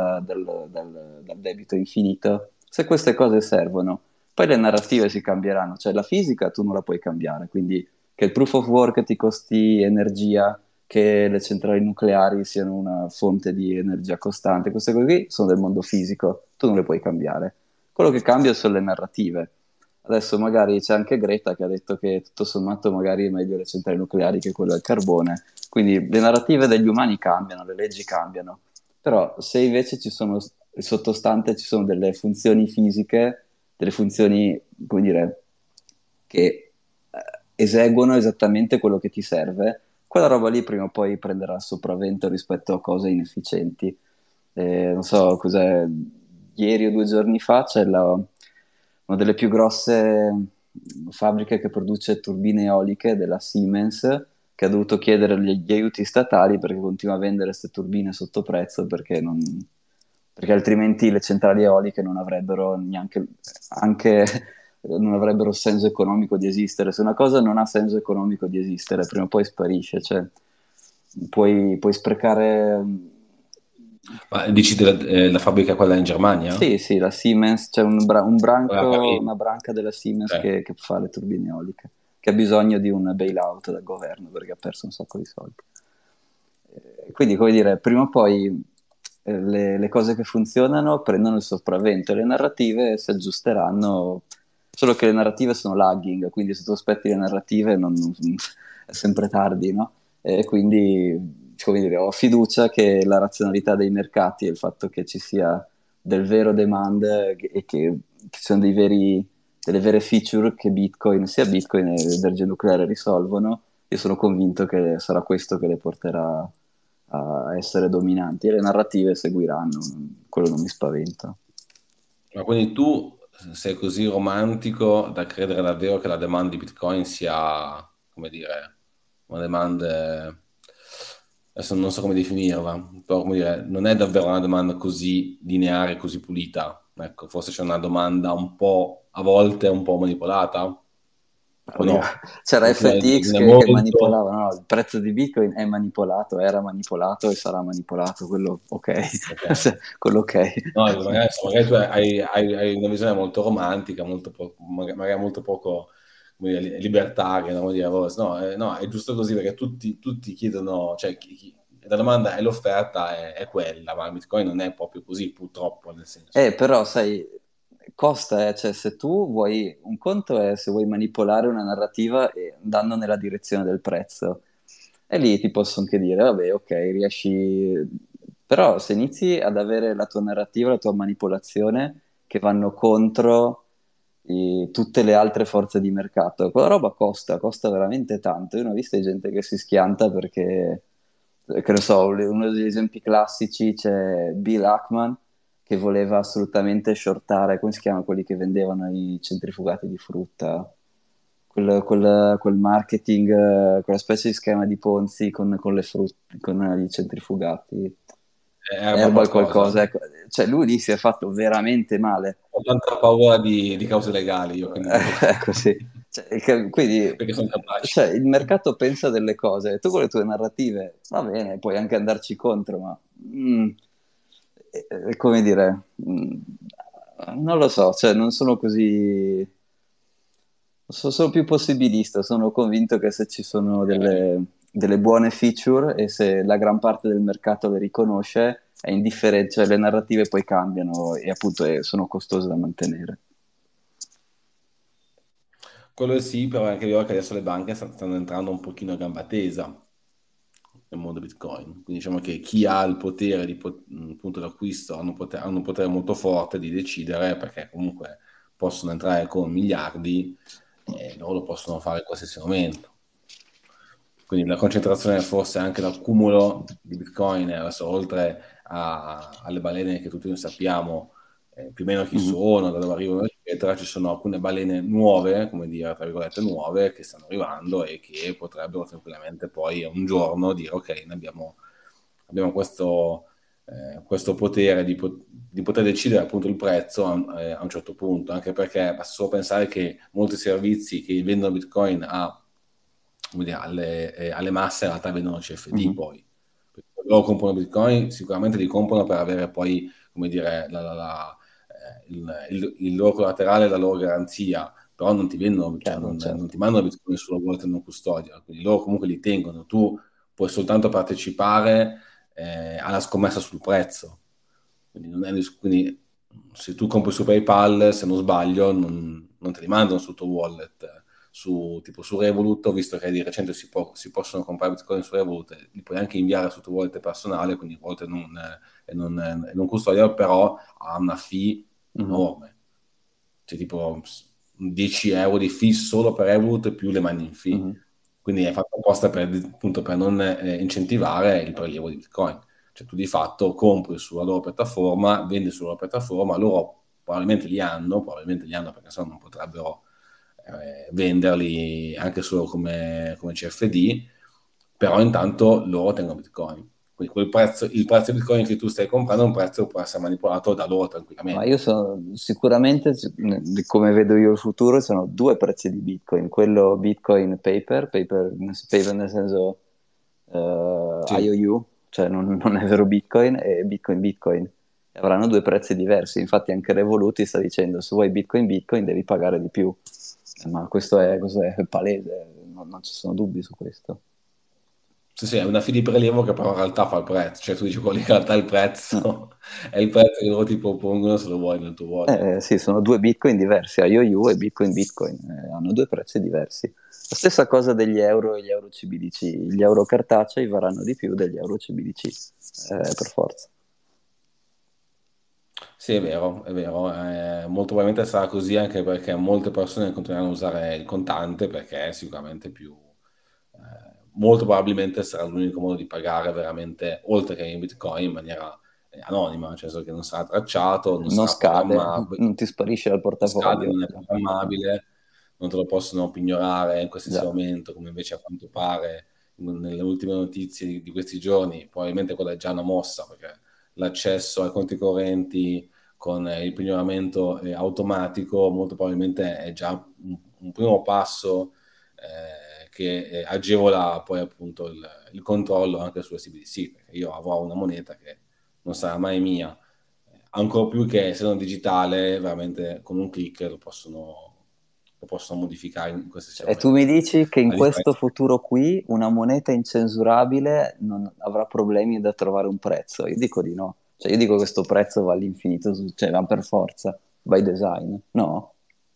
dal debito infinito, se queste cose servono, poi le narrative si cambieranno, cioè la fisica tu non la puoi cambiare, quindi che il proof of work ti costi energia, che le centrali nucleari siano una fonte di energia costante, queste cose qui sono del mondo fisico, tu non le puoi cambiare. Quello che cambia sono le narrative. Adesso magari c'è anche Greta che ha detto che tutto sommato magari è meglio le centrali nucleari che quelle al carbone, quindi le narrative degli umani cambiano, le leggi cambiano, però se invece ci sono, il sottostante ci sono delle funzioni fisiche, delle funzioni, come dire, che eseguono esattamente quello che ti serve, quella roba lì prima o poi prenderà il sopravvento rispetto a cose inefficienti. Non so cos'è, ieri o 2 giorni fa c'è una delle più grosse fabbriche che produce turbine eoliche della Siemens, che ha dovuto chiedere gli aiuti statali perché continua a vendere queste turbine sotto prezzo perché altrimenti le centrali eoliche non avrebbero neanche anche non avrebbero senso economico di esistere. Se una cosa non ha senso economico di esistere, prima o poi sparisce, cioè puoi sprecare. Ma dici la fabbrica quella in Germania? Sì, la Siemens, c'è una branca della Siemens che fa le turbine eoliche, che ha bisogno di un bailout dal governo perché ha perso un sacco di soldi. Quindi, come dire, prima o poi le cose che funzionano prendono il sopravvento e le narrative si aggiusteranno, solo che le narrative sono lagging, quindi se tu aspetti le narrative è sempre tardi, no? E quindi, come dire, ho fiducia che la razionalità dei mercati e il fatto che ci sia del vero demand e che ci sono delle vere feature che sia Bitcoin e l'energia nucleare risolvono, io sono convinto che sarà questo che le porterà a essere dominanti e le narrative seguiranno, quello non mi spaventa. Ma quindi tu sei così romantico da credere davvero che la demand di Bitcoin sia, come dire, una demand, adesso non so come definirla, però come dire, non è davvero una domanda così lineare, così pulita. Ecco, forse c'è una domanda un po', a volte un po' manipolata. O no? C'era FTX che manipolava, no? Il prezzo di Bitcoin è manipolato, era manipolato e sarà manipolato, quello ok. Quello ok. No, magari tu hai una visione molto romantica, magari molto poco, come dire, libertarie, no? Dire, oh, no, è giusto così perché tutti chiedono, cioè la domanda e l'offerta è quella, ma il Bitcoin non è proprio così, purtroppo, nel senso. Però sai, costa, cioè se tu vuoi, un conto è se vuoi manipolare una narrativa andando nella direzione del prezzo. E lì ti posso anche dire, vabbè, ok, riesci. Però se inizi ad avere la tua narrativa, la tua manipolazione che vanno contro tutte le altre forze di mercato, quella roba costa veramente tanto. Io ne ho visto gente che si schianta perché, che ne so, uno degli esempi classici c'è Bill Ackman che voleva assolutamente shortare, come si chiama quelli che vendevano i centrifugati di frutta? Quel marketing, quella specie di schema di Ponzi con le frutte, con i centrifugati. Erba Herbal qualcosa. qualcosa, ecco. Cioè lui lì si è fatto veramente male. Ho tanta paura di cause legali, io, quindi Ecco sì. Quindi perché sono capaci. cioè, il mercato pensa delle cose, tu con le tue narrative va bene, puoi anche andarci contro, ma come dire, non lo so, cioè, non sono così. Sono più possibilista, sono convinto che se ci sono delle buone feature e se la gran parte del mercato le riconosce, è indifferente, cioè le narrative poi cambiano e appunto sono costose da mantenere. Quello sì, però è anche vero che adesso le banche stanno entrando un pochino a gamba tesa nel mondo Bitcoin. Quindi diciamo che chi ha il potere appunto d'acquisto ha un potere molto forte di decidere, perché comunque possono entrare con miliardi e loro lo possono fare in qualsiasi momento. Quindi la concentrazione forse anche l'accumulo di Bitcoin, adesso oltre alle balene che tutti noi sappiamo più o meno chi sono, da dove arrivano, eccetera, ci sono alcune balene nuove, come dire, tra virgolette nuove, che stanno arrivando e che potrebbero tranquillamente poi un giorno dire ok, abbiamo questo potere di poter decidere appunto il prezzo a un certo punto, anche perché basta solo pensare che molti servizi che vendono Bitcoin come dire, alle masse in realtà vendono CFD poi. Perché loro comprano Bitcoin, sicuramente li comprano per avere poi, come dire, il loro collaterale, la loro garanzia, però non ti vendono, cioè Certo. non ti mandano Bitcoin sulla wallet non custodia, quindi loro comunque li tengono, tu puoi soltanto partecipare alla scommessa sul prezzo. Quindi se tu compri su PayPal, se non sbaglio, non te li mandano sul tuo wallet. Tipo su Revolut, ho visto che di recente si possono comprare Bitcoin su Revolut, li puoi anche inviare sul tuo wallet personale, quindi wallet non custodia, però ha una fee enorme. Cioè tipo 10 euro di fee solo per Revolut più le mani in fee. Quindi è fatto apposta appunto per non incentivare il prelievo di Bitcoin. Cioè tu di fatto compri sulla loro piattaforma, vendi sulla loro piattaforma, loro probabilmente li hanno perché sennò non potrebbero venderli anche solo come CFD, però intanto loro tengono Bitcoin. Quindi il prezzo di Bitcoin che tu stai comprando è un prezzo che può essere manipolato da loro Ma tranquillamente. io sono sicuramente, come vedo io il futuro, sono due prezzi di Bitcoin, quello Bitcoin paper nel senso Sì. IOU, cioè non è vero Bitcoin, e Bitcoin. Avranno due prezzi diversi, infatti anche Revolut sta dicendo se vuoi Bitcoin devi pagare di più, ma questo è palese, non ci sono dubbi su questo. Sì, è una fee di prelievo che però in realtà fa il prezzo, cioè tu dici quello in realtà è il prezzo, è il prezzo che loro ti propongono se lo vuoi nel tuo wallet. Sì, sono due Bitcoin diversi, IOU e Bitcoin, hanno due prezzi diversi. La stessa cosa degli euro e gli euro CBDC, gli euro cartacei varranno di più degli euro CBDC, per forza. Sì, è vero, molto probabilmente sarà così anche perché molte persone continueranno a usare il contante perché è sicuramente molto probabilmente sarà l'unico modo di pagare veramente, oltre che in Bitcoin, in maniera anonima, nel senso che non sarà tracciato, non Non sarà scade, programmabile, non ti sparisce dal non scade, portafoglio. non è programmabile, non te lo possono pignorare in qualsiasi Già. momento, come invece a quanto pare nelle ultime notizie di questi giorni, probabilmente quella è già una mossa, perché l'accesso ai conti correnti con il pignoramento automatico molto probabilmente è già un primo passo che agevola poi appunto il controllo anche su SBDC, perché io avrò una moneta che non sarà mai mia, ancora più che se non digitale, veramente con un click lo possono modificare in qualsiasi E tu momento. mi dici che in A questo differenza- futuro qui una moneta incensurabile non avrà problemi da trovare un prezzo? Io dico di no. Cioè io dico che questo prezzo va all'infinito, cioè va per forza, by design, no?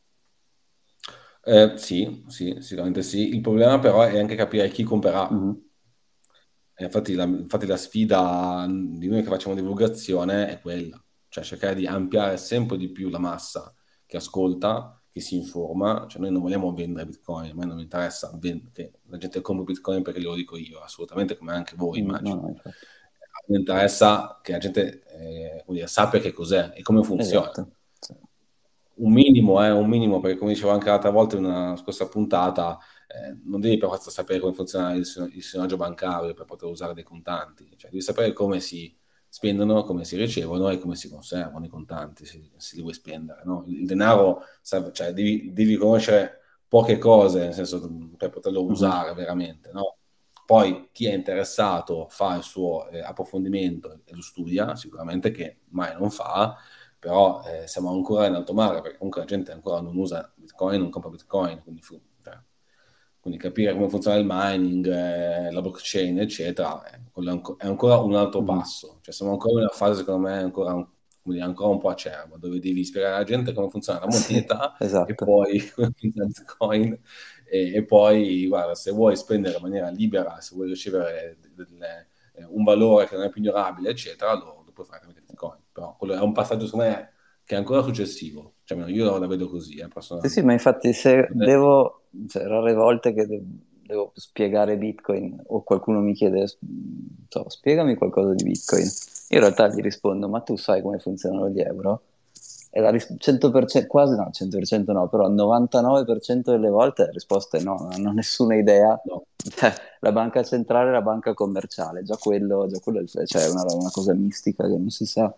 Sì, sì, sicuramente sì. Il problema però è anche capire chi comprerà. Mhm. Infatti la sfida di noi che facciamo divulgazione è quella, cioè cercare di ampliare sempre di più la massa che ascolta, che si informa, cioè noi non vogliamo vendere Bitcoin, a me non mi interessa che la gente compri Bitcoin perché glielo dico io, assolutamente come anche voi No, immagino. no, infatti. Mi interessa che la gente come dire, sappia che cos'è e come funziona. Esatto. Sì. Un minimo, perché come dicevo anche l'altra volta in una scorsa puntata, non devi per forza sapere come funziona il signoraggio bancario per poter usare dei contanti, cioè devi sapere come si spendono, come si ricevono e come si conservano i contanti, se li vuoi spendere, no? Il denaro, cioè, devi conoscere poche cose, nel senso, per poterlo Mhm. usare veramente, no? Poi chi è interessato fa il suo approfondimento e lo studia, sicuramente che mai non fa, però siamo ancora in alto mare perché comunque la gente ancora non usa Bitcoin, non compra Bitcoin, quindi capire come funziona il mining, la blockchain, eccetera, quello è ancora un altro Mhm. passo. Cioè siamo ancora in una fase, secondo me, come dire, ancora un po' acerba, dove devi spiegare alla gente come funziona la Sì, moneta e esatto. poi come funziona Bitcoin e poi, guarda, se vuoi spendere in maniera libera, se vuoi ricevere un valore che non è più ignorabile, eccetera, lo puoi fare tramite Bitcoin. Però quello è un passaggio, secondo me, che è ancora successivo. Cioè, almeno io la vedo così, Sì, sì, personalmente. ma infatti se devo, cioè, rare volte che devo spiegare Bitcoin o qualcuno mi chiede, so, spiegami qualcosa di Bitcoin, io in realtà gli rispondo, ma tu sai come funzionano gli euro? E 100%, quasi no, 100% no, però il 99% delle volte la risposta è no, non ho nessuna idea. No. Cioè, la banca centrale e la banca commerciale, già quello cioè, è una cosa mistica che non si sa.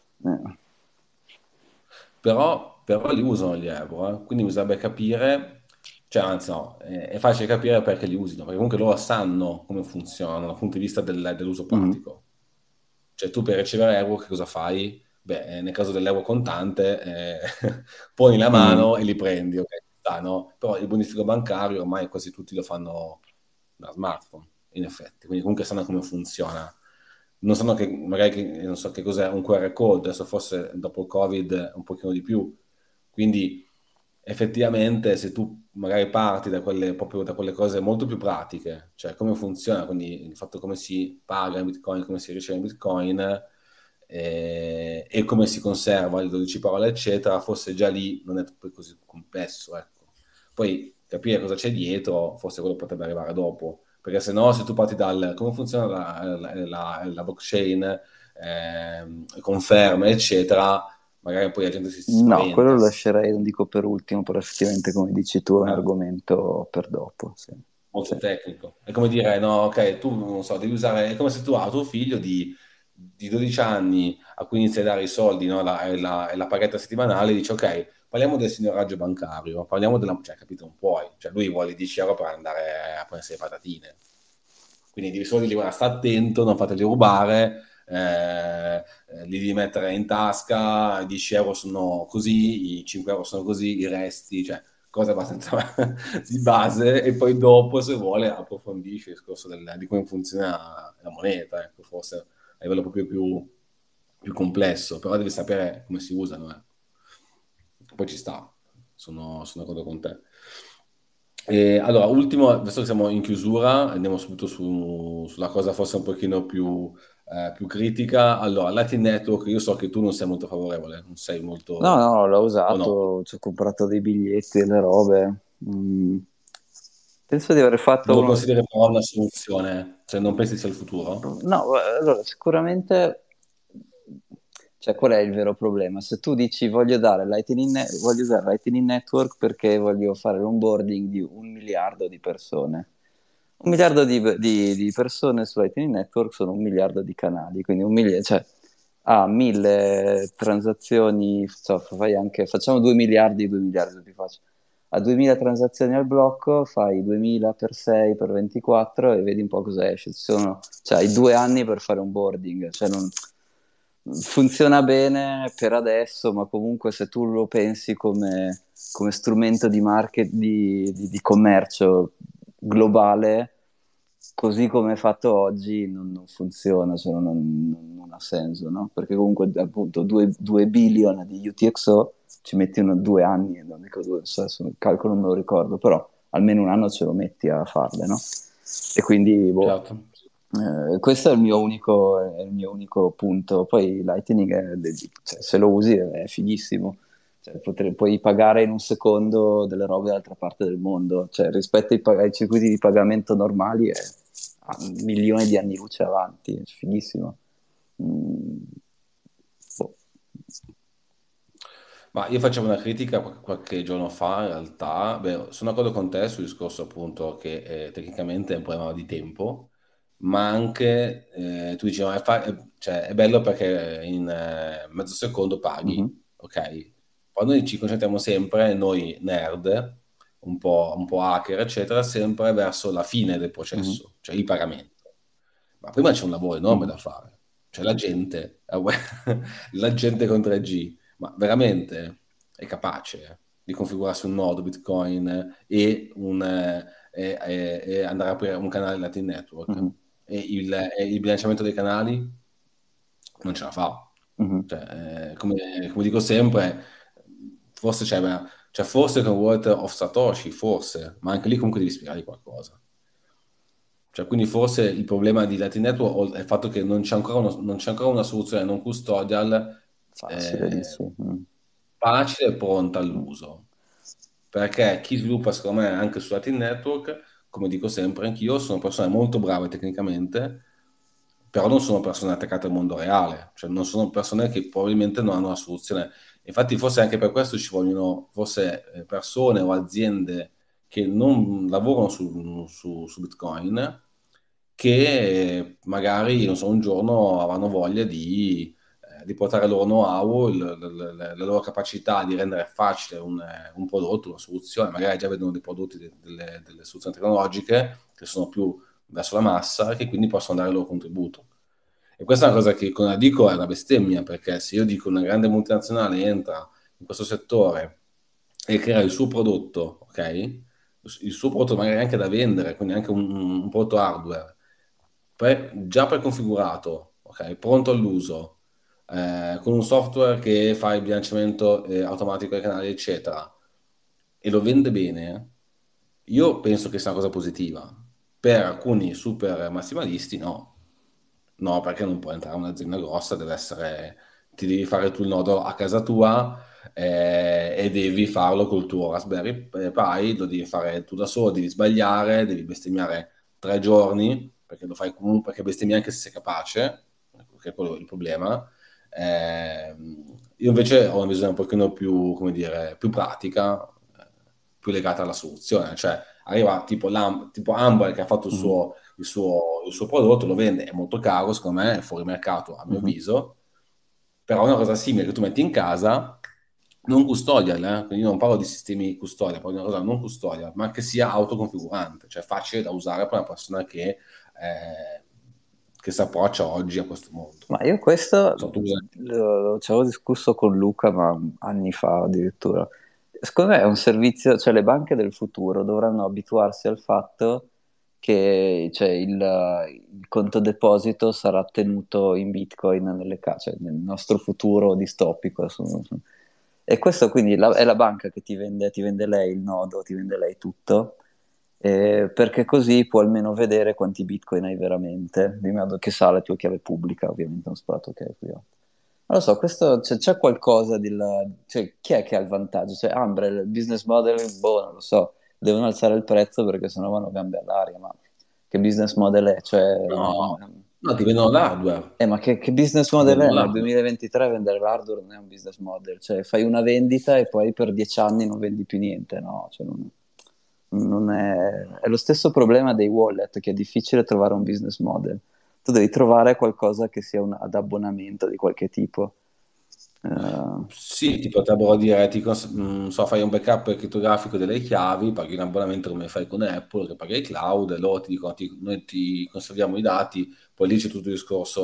Però li usano gli euro, quindi bisognerebbe capire, cioè anzi no, è facile capire perché li usino, perché comunque loro sanno come funzionano dal punto di vista dell'uso Mhm. pratico. Cioè tu per ricevere euro che cosa fai? Beh, nel caso dell'euro contante, poni la Mhm. mano e li prendi, ok? No? Però il bonifico bancario ormai quasi tutti lo fanno da smartphone, in effetti, quindi comunque sanno come funziona. Non sanno che magari non so che cos'è un QR code, adesso forse dopo il Covid un pochino di più. Quindi effettivamente se tu magari parti proprio da quelle cose molto più pratiche, cioè come funziona, quindi il fatto come si paga in Bitcoin, come si riceve in Bitcoin e come si conserva le 12 parole, eccetera, forse già lì non è poi così complesso, ecco. Poi capire cosa c'è dietro, forse quello potrebbe arrivare dopo, perché se no, se tu parti dal come funziona la blockchain, conferme, eccetera, magari poi la gente si No, quello spaventa. lo lascerei, non dico per ultimo, però effettivamente, come dici tu, è un Eh, argomento per dopo. Sì. molto Sì. tecnico. È come dire, no, ok, tu non so, devi usare, è come se tu a tuo figlio di 12 anni a cui inizi a dare i soldi, no, la paghetta settimanale, dici, ok, parliamo del signoraggio bancario, parliamo della, cioè, capito, non puoi, cioè lui vuole 10 euro per andare a prendersi le patatine. Quindi devi solo dire, guarda, sta attento, non fateli rubare, li devi mettere in tasca, i 10 euro sono così, i 5 euro sono così, i resti, cioè cose abbastanza di base e poi dopo se vuole approfondisce il discorso di come funziona la moneta, ecco, forse a livello proprio più complesso, però devi sapere come si usano. Poi ci sta, sono d'accordo con te. E allora, ultimo, adesso che siamo in chiusura, andiamo subito sulla cosa forse un pochino più critica. Allora, Lightning Network, io so che tu non sei molto favorevole, non sei No, molto... no, l'ho o no? usato, ci ho comprato dei biglietti e le robe. Penso di aver fatto Non lo uno. consideri però una soluzione, cioè non pensi sia il futuro? No, allora, sicuramente, cioè, qual è il vero problema? Se tu dici voglio usare Lightning Network perché voglio fare l'onboarding di 1 miliardo di persone. 1 miliardo di persone su Lightning Network sono 1 miliardo di canali, quindi cioè, a 1.000 transazioni, facciamo 2 miliardi, 2 miliardi più facile. A 2000 transazioni al blocco fai 2000 per 6 per 24 e vedi un po' cosa esce. Cioè, hai 2 anni per fare un boarding, cioè funziona bene per adesso, ma comunque se tu lo pensi come strumento di market, di commercio globale, così come è fatto oggi, non funziona, cioè non ha senso, no? Perché comunque appunto 2 billion di UTXO ci metti 2 anni, non dico due, adesso il calcolo non me lo ricordo, però almeno un anno ce lo metti a farle, no? E quindi, boh, Certo. questo è il mio unico punto. Poi Lightning, cioè, se lo usi è fighissimo. Cioè, puoi pagare in un secondo delle robe dall'altra parte del mondo. Cioè, rispetto ai circuiti di pagamento normali è a milioni di anni luce avanti. È fighissimo. Mm, boh. Ma io facevo una critica qualche giorno fa, in realtà, beh, sono d'accordo con te sul discorso appunto che tecnicamente è un problema di tempo, ma anche tu dici, no, cioè, è bello perché in mezzo secondo paghi, Mhm, ok? Poi noi ci concentriamo sempre, noi nerd, un po' hacker, eccetera, sempre verso la fine del mhm, processo, cioè il pagamento. Ma prima c'è un lavoro enorme mhm, da fare, cioè la gente, la gente con 3G, ma veramente è capace di configurarsi un nodo Bitcoin e andare a aprire un canale Lightning Network mhm, e il bilanciamento dei canali non ce la fa. mhm. Cioè, come dico sempre, forse cioè, forse con Wallet of Satoshi, forse, ma anche lì comunque devi spiegargli qualcosa. Cioè, quindi forse il problema di Lightning Network è il fatto che non c'è ancora una soluzione non custodial Facile, eh, dici. Mm. facile e pronta Mm. all'uso. Perché chi sviluppa, secondo me, anche su Latin Network, come dico sempre, anch'io sono persone molto brave tecnicamente, però non sono persone attaccate al mondo reale, cioè non sono persone che probabilmente non hanno una soluzione. Infatti, forse anche per questo ci vogliono forse persone o aziende che non lavorano su Bitcoin, che magari, non so, un giorno avranno voglia di portare il loro know-how, la loro capacità di rendere facile un prodotto, una soluzione, magari già vedono dei prodotti, delle soluzioni tecnologiche che sono più verso la massa e che quindi possono dare il loro contributo. E questa è una cosa che con la dico è una bestemmia, perché se io dico una grande multinazionale entra in questo settore e crea il suo prodotto, ok? Il suo prodotto magari anche da vendere, quindi anche un prodotto hardware, già preconfigurato, ok? Pronto all'uso, con un software che fa il bilanciamento automatico dei canali, eccetera, e lo vende bene, io penso che sia una cosa positiva. Per alcuni super massimalisti, no. No, perché non può entrare un'azienda grossa, ti devi fare tu il nodo a casa tua e devi farlo col tuo Raspberry Pi, lo devi fare tu da solo, devi sbagliare, devi bestemmiare 3 giorni, perché lo fai comunque, perché bestemmi anche se sei capace, che è quello il problema. Io invece ho una visione un pochino più, come dire, più pratica, più legata alla soluzione, cioè arriva tipo Amber che ha fatto il Mhm, suo, il suo, il suo prodotto, lo vende, è molto caro, secondo me, è fuori mercato a mio mhm. avviso, però è una cosa simile che tu metti in casa, non custodial, quindi io non parlo di sistemi custodial, parlo di una cosa non custodial, ma che sia autoconfigurante, cioè facile da usare per una persona che si approccia oggi a questo mondo. Ma io questo So, tu ci avevo discusso con Luca, ma anni fa addirittura. Secondo me è un servizio, cioè le banche del futuro dovranno abituarsi al fatto che cioè, il conto deposito sarà tenuto in Bitcoin nelle case, cioè, nel nostro futuro distopico. E questo quindi è la banca che ti vende lei il nodo, ti vende lei tutto, perché così può almeno vedere quanti bitcoin hai veramente, di modo che sa la tua chiave pubblica, ovviamente non sparato che è privato. Non lo so, questo, c'è qualcosa cioè, chi è che ha il vantaggio? Cioè, Ambre, il business model, boh, non lo so, devono alzare il prezzo perché sennò vanno gambe all'aria, ma che business model è? Cioè, no, no, ti vendono l'hardware. ma che business Ti model vendono è? Nel l'hardware. 2023 vendere l'hardware non è un business model, cioè fai una vendita e poi per 10 anni non vendi più niente, no? Cioè, non è lo stesso problema dei wallet, che è difficile trovare un business model. Tu devi trovare qualcosa che sia ad abbonamento di qualche tipo. Eh, Sì, ti potrebbero dire, non so, fai un backup crittografico delle chiavi, paghi un abbonamento come fai con Apple, che paghi il cloud, e loro ti dicono, noi ti conserviamo i dati, poi lì c'è tutto il discorso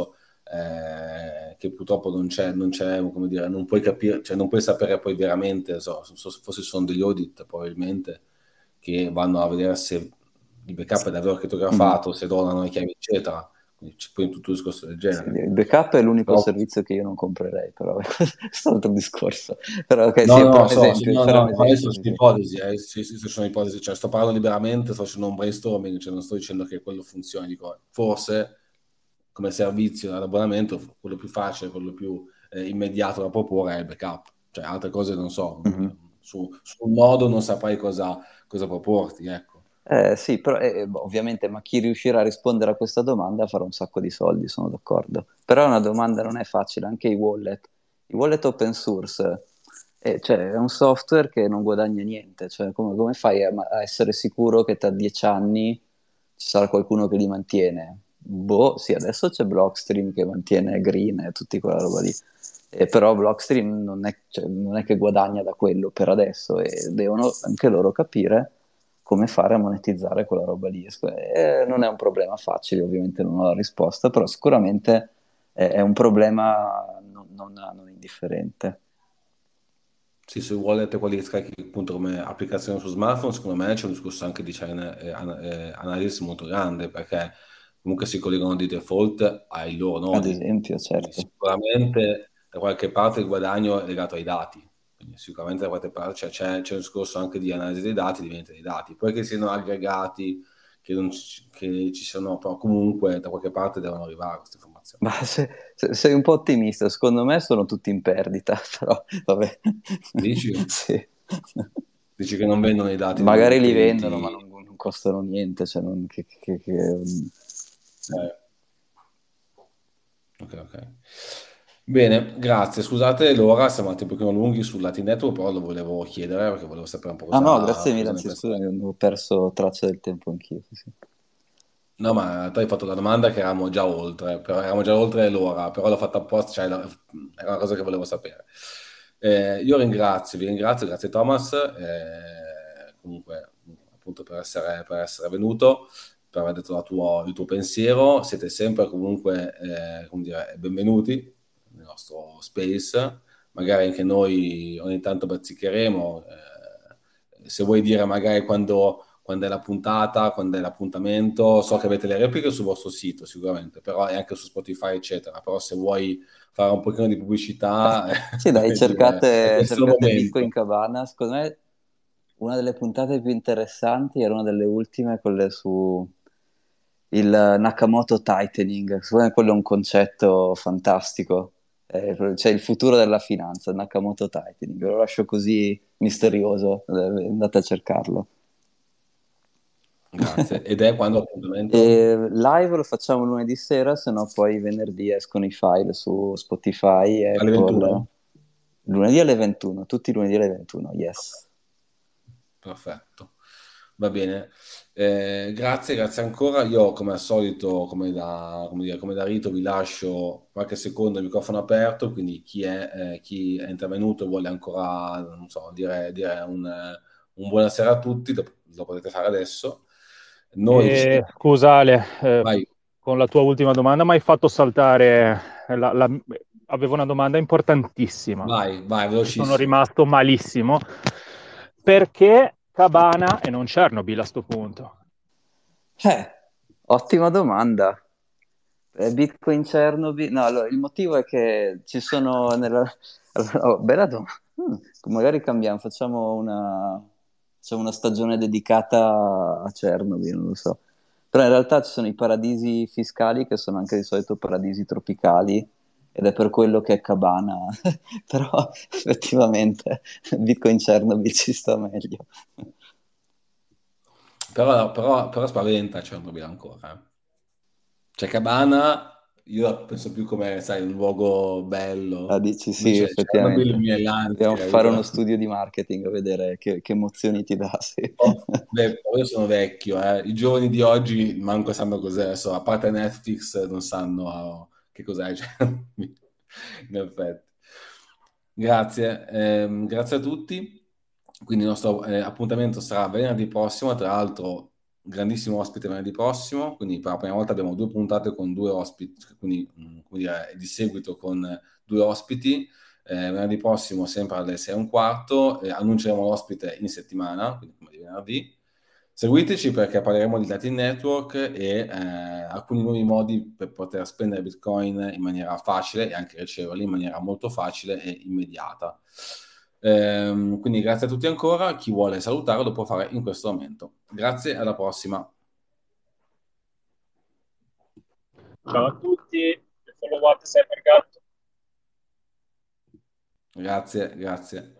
che purtroppo non c'è, come dire, non puoi capire, cioè non puoi sapere poi veramente, forse sono degli audit probabilmente che vanno a vedere se il backup è davvero criptografato, se donano le chiavi, eccetera. Quindi c'è poi tutto un discorso del Sì, genere. il backup è l'unico Però, servizio che io non comprerei, però questo è un altro discorso. Però ok, no, sì, no, per un so, esempio, no, per un no, esempio, adesso sì, sono sì. ipotesi, sì, sono ipotesi, cioè sto parlando liberamente, sto facendo un brainstorming, cioè non sto dicendo che quello funzioni, dico, forse come servizio ad abbonamento, quello più facile, quello più immediato da proporre è il backup, cioè altre cose non so, Mhm. sul modo non saprai cosa proporti, ecco. Sì, però ovviamente, ma chi riuscirà a rispondere a questa domanda farà un sacco di soldi, sono d'accordo. Però è una domanda non è facile, anche i wallet open source, cioè, è un software che non guadagna niente, cioè, come fai a essere sicuro che tra 10 anni ci sarà qualcuno che li mantiene? Boh, sì, adesso c'è Blockstream che mantiene Green e tutti quella roba lì. Però Blockstream non è che guadagna da quello per adesso e devono anche loro capire come fare a monetizzare quella roba lì. Non è un problema facile, ovviamente non ho la risposta, però sicuramente è un problema non indifferente. Sì, sui wallet, quelli che scarichi appunto come applicazione su smartphone, secondo me c'è un discorso anche di analisi molto grande, perché comunque si collegano di default ai loro Ad nodi. esempio, Quindi certo. sicuramente da qualche parte il guadagno è legato ai dati. Quindi sicuramente da qualche parte c'è un discorso anche di analisi dei dati, di vendita dei dati. Poi che siano aggregati, che ci siano, però comunque da qualche parte devono arrivare queste informazioni. Ma sei un po' ottimista, secondo me sono tutti in perdita, però vabbè. Dici? Sì. Dici che non vendono i dati dei loro Magari li vendono, ma utenti? non costano niente, cioè Eh, Ok, ok. Bene, grazie. Scusate l'ora, siamo andati un pochino lunghi sul Latin Network, però lo volevo chiedere perché volevo sapere un po' Ah no, grazie mille, cosa ne anzi scusami, pensate. ho perso traccia del tempo anch'io. Sì, sì. No, ma tu hai fatto la domanda che eravamo già oltre l'ora, però l'ho fatta apposta, cioè era una cosa che volevo sapere. Io vi ringrazio, grazie Thomas, comunque appunto per essere venuto, per aver detto il tuo pensiero. Siete sempre comunque, come dire, benvenuti nel nostro space, magari anche noi ogni tanto bazzicheremo, se vuoi dire magari quando è la puntata, quando è l'appuntamento. So che avete le repliche sul vostro sito sicuramente, però è anche su Spotify, eccetera. Però se vuoi fare un pochino di pubblicità, Sì, dai, come dire, è questo il cercate Bitcoin momento. Cabana. Secondo me una delle puntate più interessanti era una delle ultime, quelle su il Nakamoto Tightening. Secondo me quello è un concetto fantastico. C'è il futuro della finanza, il Nakamoto Tightening. Lo lascio così misterioso, andate a cercarlo. Grazie. Ed è quando appuntamento? E live lo facciamo lunedì sera, se no poi venerdì escono i file su Spotify, Alle Apple. 21? Lunedì alle 21, tutti i lunedì alle 21, yes. Perfetto, va bene. Grazie ancora. Io, come al solito, come da rito, vi lascio qualche secondo il microfono aperto. Quindi chi è intervenuto e vuole ancora, non so, dire un buonasera a tutti, lo potete fare adesso. Noi ci... Scusa Ale, Vai, con la tua ultima domanda mi hai fatto saltare, avevo una domanda importantissima, vai, ci sono velocissimo. rimasto malissimo, perché Cabana e non Chernobyl a sto punto? Eh, ottima domanda. Bitcoin Chernobyl, no, allora, il motivo è che ci sono allora, bella domanda. Magari cambiamo, facciamo una stagione dedicata a Chernobyl, non lo so. Però in realtà ci sono i paradisi fiscali che sono anche di solito paradisi tropicali ed è per quello che è Cabana. Però effettivamente Bitcoin Chernobyl ci sta meglio. Però spaventa Chernobyl ancora. Cioè, Cabana, io la penso più come, sai, un luogo Ah, bello. dici sì, Invece Chernobyl effettivamente. mi è Dobbiamo l'ansia, fare capito? uno studio di marketing a vedere che emozioni ti dà, sì. Oh, beh, io sono vecchio, eh. I giovani di oggi manco sanno cos'è, adesso, a parte Netflix non sanno che cos'è, cioè, in effetti. Grazie, grazie a tutti. Quindi il nostro appuntamento sarà venerdì prossimo, tra l'altro grandissimo ospite venerdì prossimo, quindi per la prima volta abbiamo 2 puntate con 2 ospiti, quindi come dire, di seguito con 2 ospiti. Venerdì prossimo sempre alle 6:15, annunceremo l'ospite in settimana, quindi come di venerdì. Seguiteci perché parleremo di Latin Network e alcuni nuovi modi per poter spendere Bitcoin in maniera facile e anche riceverli in maniera molto facile e immediata. Quindi grazie a tutti ancora, chi vuole salutare lo può fare in questo momento. Grazie, alla prossima. Ciao a tutti, followate sempre Gatto. Grazie, grazie.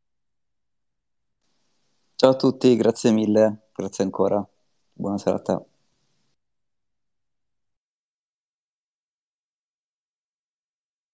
Ciao a tutti, grazie mille, grazie ancora. Buona serata.